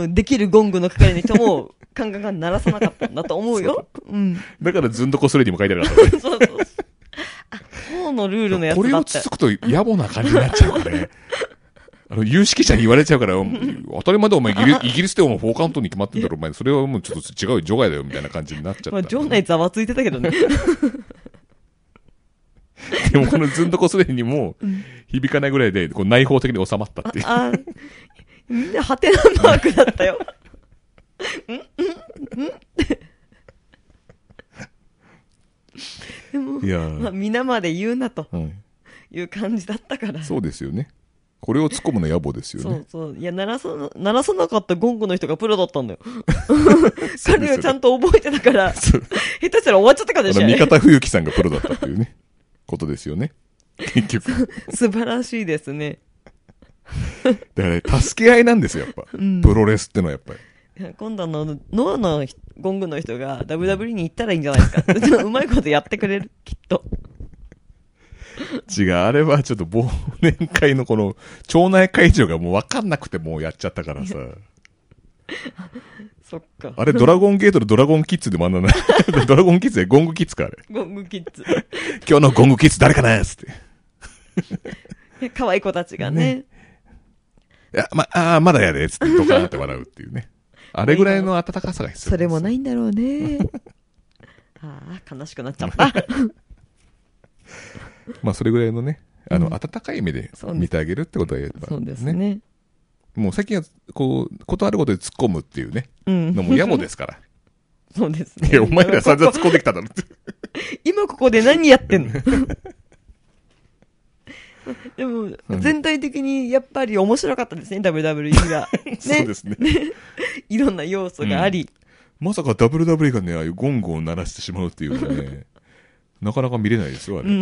できるゴングの係の人も、カンカンカン鳴らさなかったんだと思うよ。うん。 だからずんどこスレディも書いてなかったね。 そう。あ、のルールのやつだって。 これをつつくと野暮な感じになっちゃうからね。有識者に言われちゃうから、当たり前だお前イギリスでも4カウントに決まってんだろ、お前。それはもうちょっと違う除外だよ、みたいな感じになっちゃった。 まあ、場内ざわついてたけどね。 でもこのずんどこスレディにも響かないぐらいで、こう内包的に収まったっていう。 みんなハテナマークだったよ。でも、まあ、皆まで言うなという感じだったから。 そうですよね。これを突っ込むの野暮ですよね。 そう。いや、鳴らさなかったゴングの人がプロだったんだよ。彼をちゃんと覚えてたから、下手したら終わっちゃったかもしれない。 三方冬樹さんがプロだったっていうね、ことですよね。結局。 素晴らしいですね。 だからね、助け合いなんですよ、やっぱ。プロレスってのはやっぱり。 今度ノアのゴングの人が WW に行ったらいいんじゃないですか。うまいことやってくれる、きっと。 違う、あれはちょっと忘年会のこの町内会長がもう分かんなくてもうやっちゃったからさ。 そっか。 あれドラゴンゲートとドラゴンキッズでもあんなない。ドラゴンキッズでゴングキッズかあれ。 ゴングキッズ。 今日のゴングキッズ誰かなーつって。可愛い子たちがね。 いや、まだやで、つってドカーンって笑うっていうね。あれぐらいの温かさが必要。 それもないんだろうね。悲しくなっちゃった。 まあそれぐらいのね、温かい目で見てあげるってことはやっぱ、 そうですね。 もう最近は、こう、ことあることで突っ込むっていうね、のも野暮ですから。 そうですね。 いや、お前ら散々突っ込んできただろって。 今ここで何やってんのでも、全体的にやっぱり面白かったですね、WWE が。ね、 そうですね。 いろんな要素があり。 まさか WWE がね、ああいうゴングを鳴らしてしまうっていうのはね、なかなか見れないですよ、あれ。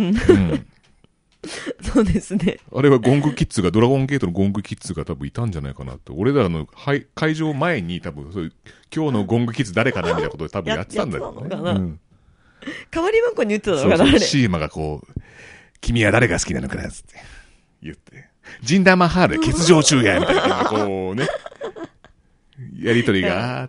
そうですね。 あれはゴングキッズが、ドラゴンゲートのゴングキッズが多分いたんじゃないかなって。俺らの会場前に多分そういう、今日のゴングキッズ誰かなみたいなことで多分やってたんだよね。 代わり文句に言ってたのかな、あれ。 シーマがこう、君は誰が好きなのかなつって言って、ジンダーマハール欠場中やみたいな、こうね、やりとりがあって、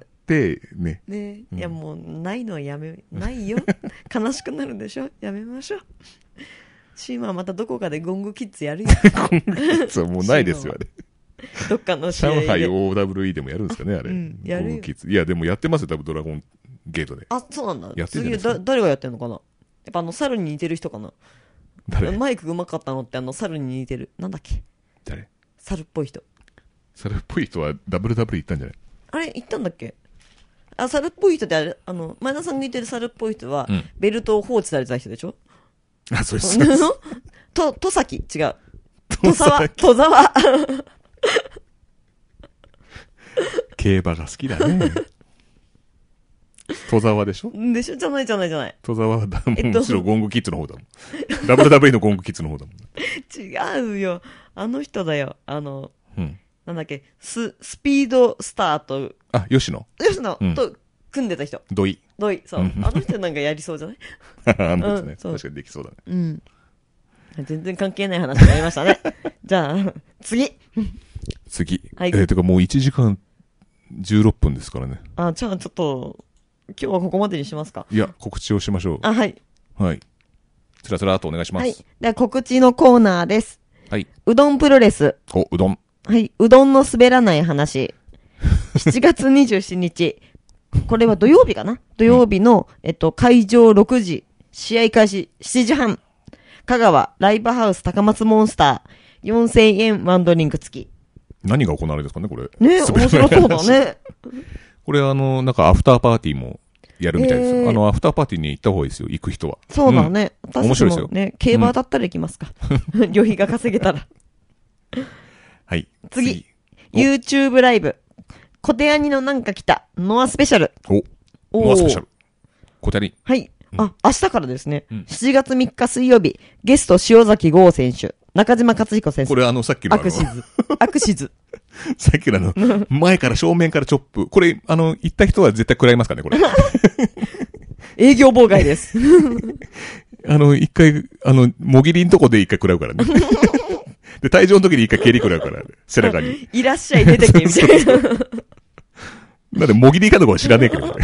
ね。 ね、いやもう、ないのはないよ。悲しくなるでしょ、やめましょう。シーマはまたどこかでゴングキッズやるよ。 ゴングキッズはもうないですよ、あれ。 どっかの試合で。 上海 OWE でもやるんですかね、あれ。 やるよ。 ゴングキッズ。いや、でもやってますよ、多分ドラゴンゲートで。 あ、そうなんだ。 やってるんですか。 次、誰がやってんのかな。やっぱ猿に似てる人かな。誰？マイク上手かったのって猿に似てる。なんだっけ？ 誰？ 猿っぽい人。 猿っぽい人は WW 行ったんじゃない？あれ、行ったんだっけ？猿っぽい人ってあれ、前田さんが言ってる猿っぽい人は、ベルトを放置されてた人でしょ？ あ、そうです。 戸崎違う。戸沢。 競馬が好きだね。戸沢でしょ？ でしょ？じゃない。 戸沢はむしろゴングキッズの方だもん。WWE のゴングキッズの方だもん。 違うよ。あの人だよ。なんだっけ、スピードスターと。 あ、吉野と組んでた人。 土井、 そう。あの人なんかやりそうじゃない？ あの人ね、確かにできそうだね。 全然関係ない話になりましたね。じゃあ、次。 はい。てかもう1時間16分ですからね。 じゃあちょっと、今日はここまでにしますか。 いや、告知をしましょう。 はい。 はい。つらつらとお願いします。はい。 では告知のコーナーです。 はい。 うどんプロレス。 うどん。 はい。うどんの滑らない話。7月27日。これは土曜日かな？土曜日の、会場6時、試合開始7時半。香川ライブハウス高松モンスター。4000円ワンドリンク付き。 何が行われるんですかね、これ。 ね、面白そうだね。 これなんかアフターパーティーもやるみたいですよ。アフターパーティーに行った方がいいですよ、行く人は。 そうだね。 面白いですよ。 ね、競馬だったら行きますか。旅費が稼げたら。 はい。 次。YouTube ライブ。小手兄のなんか来た。ノアスペシャル。 ノアスペシャル。小手兄。 はい。明日からですね。7月3日水曜日。ゲスト塩崎豪選手。中島克彦先生。 これさっきのアクシズ。 さっきの前から正面からチョップ。これ、行った人は絶対食らいますかね、これ。 営業妨害です。 一回、もぎりんとこで一回食らうからね。で、退場の時に一回蹴り食らうから、背中に。 いらっしゃい、出てけ、みたいな。 なんで、もぎりかどこは知らねえけどね。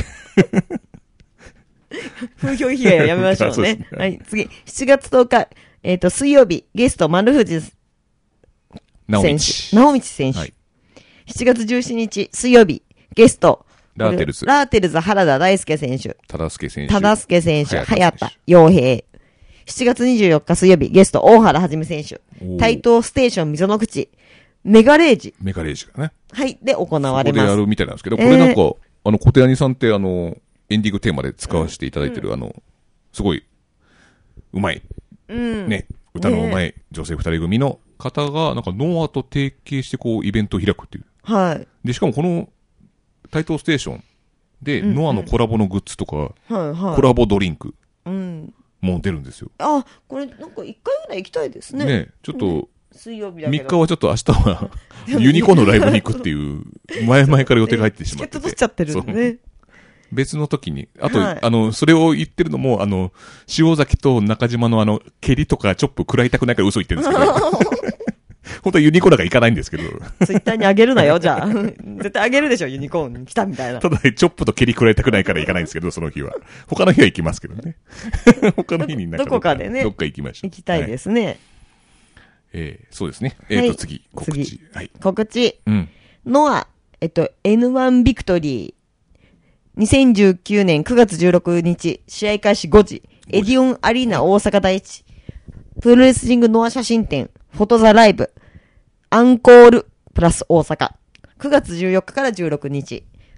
風評被害はやめましょうね。はい、次。7月10日、水曜日、ゲスト、丸藤選手。直道選手。はい、7月17日、水曜日、ゲスト、ラーテルズ原田大輔選手。 忠助選手。早田洋平。7月24日水曜日、ゲスト、大原はじめ選手。台東ステーション溝の口。メガレージがね。 はい。で、行われます。 ここでやるみたいなんですけど、これなんか、小手兄さんってエンディングテーマで使わせていただいてる、すごい、うまい。ね。歌のうまい女性二人組の方が、なんかノアと提携してこう、イベントを開くっていう。 はい。 で、しかもこの、台東ステーションで、ノアのコラボのグッズとか、コラボドリンク。もう出るんですよ。 これなんか一回ぐらい行きたいですね。 ね、ちょっと、 水曜日だけど。 3日はちょっと明日は、ユニコーンのライブに行くっていう、前々から予定が入ってしまってて。 チケット取っちゃってるんね。 別の時に、あと、それを言ってるのも、塩崎と中島の蹴りとかチョップ食らいたくないから嘘言ってるんですけど。本当はユニコーンなんか行かないんですけど。 ツイッターにあげるなよ、じゃあ。絶対あげるでしょ、ユニコーンに来たみたいな。 ただ、チョップと蹴り食らいたくないから行かないんですけど、その日は。他の日は行きますけどね。他の日にどこかでね。 どっか行きましょう。 行きたいですね。 そうですね。次、告知。はい。 告知。ノア、N1 ビクトリー。2019年9月16日、試合開始5時、エディオンアリーナ大阪第一、プロレスリングノア写真展、フォトザライブ、アンコールプラス大阪、9月14日から16日、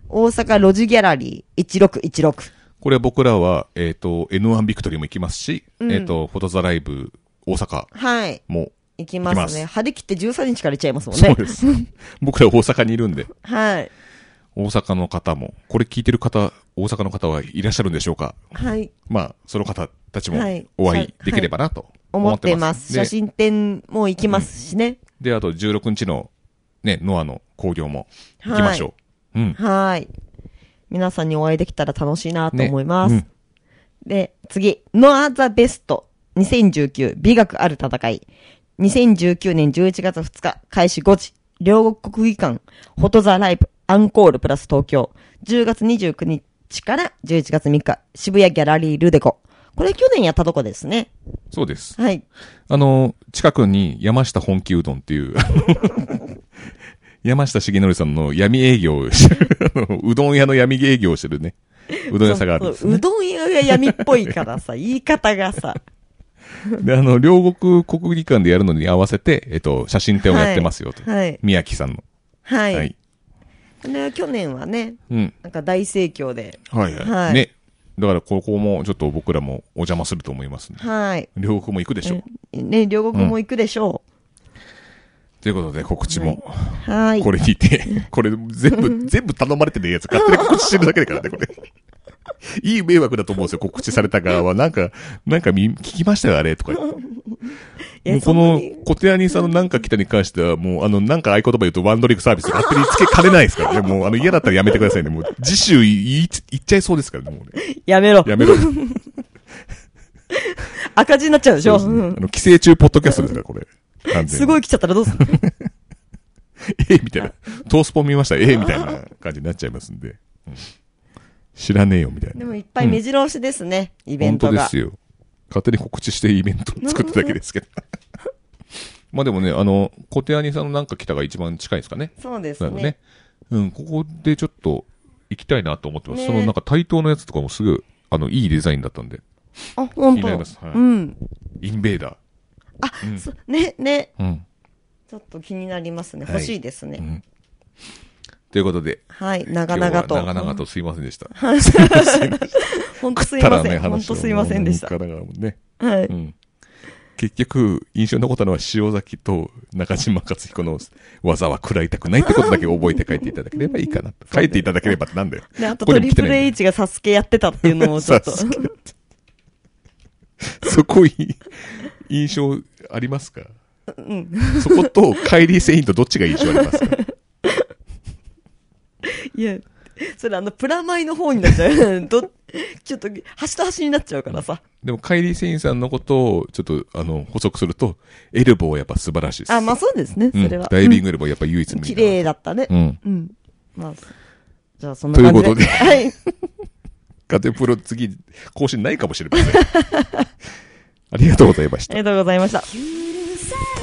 大阪ロジギャラリー1616。 これは僕らは、N1 ビクトリーも行きますし、フォトザライブ大阪も行きますね。張り切って13日から行っちゃいますもんね。 そうです。僕ら大阪にいるんで。 はい。 大阪の方も、これ聞いてる方、大阪の方はいらっしゃるんでしょうか？ はい。 まあ、その方たちもお会いできればなと思ってます。写真展も行きますしね。 で、あと16日のね、ノアの興行も行きましょう。 はい。皆さんにお会いできたら楽しいなと思います。で、次、ノアザベスト2019美学ある戦い。2019年11月2日開始5時。両国国技館フォトザライブアンコールプラス東京。10月29日から11月3日渋谷ギャラリールデコ。これ去年やったとこですね。 そうです。 はい。 近くに山下本気うどんっていう山下重則さんの闇営業をしてるうどん屋の闇営業をしてるね。うどん屋さんがあるんですね。 うどん屋が闇っぽいからさ、言い方がさ。 で、両国国技館でやるのに合わせて、写真展をやってますよと。はい。宮城さんの。 はい。はい。で、去年はね、なんか大盛況で。 はいはい。はい。ね。だからここもちょっと僕らもお邪魔すると思いますね。 はい。 両国も行くでしょう。 ね、両国も行くでしょう。 ということで告知も、はい。これにて、これ全部頼まれてるやつ勝手に告知してるだけだからね、これ。いい迷惑だと思うんですよ、告知された側は。なんか聞きましたよ、あれ、とか。もうこの、小手兄さんのなんか来たに関しては、もうなんか合言葉言うとワンドリンクサービス勝手につけかねないですからね。もう嫌だったらやめてくださいね。もう次週言っちゃいそうですからね、もうね。 やめろ。赤字になっちゃうでしょ。 寄生虫ポッドキャストですから、これ。 すごい来ちゃったらどうするみたいな。トースポン見ました、みたいな感じになっちゃいますんで。知らねえよ、みたいな。 でもいっぱい目白押しですね、イベントが。 本当ですよ。勝手に告知してイベント作っただけですけど。まあでもね、小手兄さんのなんか来たが一番近いですかね。 そうですね。 ここでちょっと行きたいなと思ってます。そのなんか対等のやつとかもすぐ、いいデザインだったんで。 あ、本当。 気になります。はい。インベーダー。 ね。ちょっと気になりますね。欲しいですね。 ということで。 はい、長々と。 長々とすいませんでした。 本当すいません。本当すいませんでした。はい。 結局、印象に残ったのは塩崎と中島克彦の技は食らいたくないってことだけ覚えて帰っていただければいいかな。帰っていただければってなんだよ。 で、あとトリプル H がサスケやってたっていうのもちょっと。 そこ印象ありますか？そことカイリー・セインとどっちが印象ありますか？ いや、それプラマイの方になっちゃう。ちょっと、端と端になっちゃうからさ。 でも、カイリー・セインさんのことを、ちょっと、補足すると、エルボーはやっぱ素晴らしいです。 まあそうですね、それは。 ダイビングエルボーやっぱ唯一無二。 綺麗だったね。まあ、じゃあそんな感じで。ということで。 はい。 カテプロ次、更新ないかもしれません。ありがとうございました。 ありがとうございました。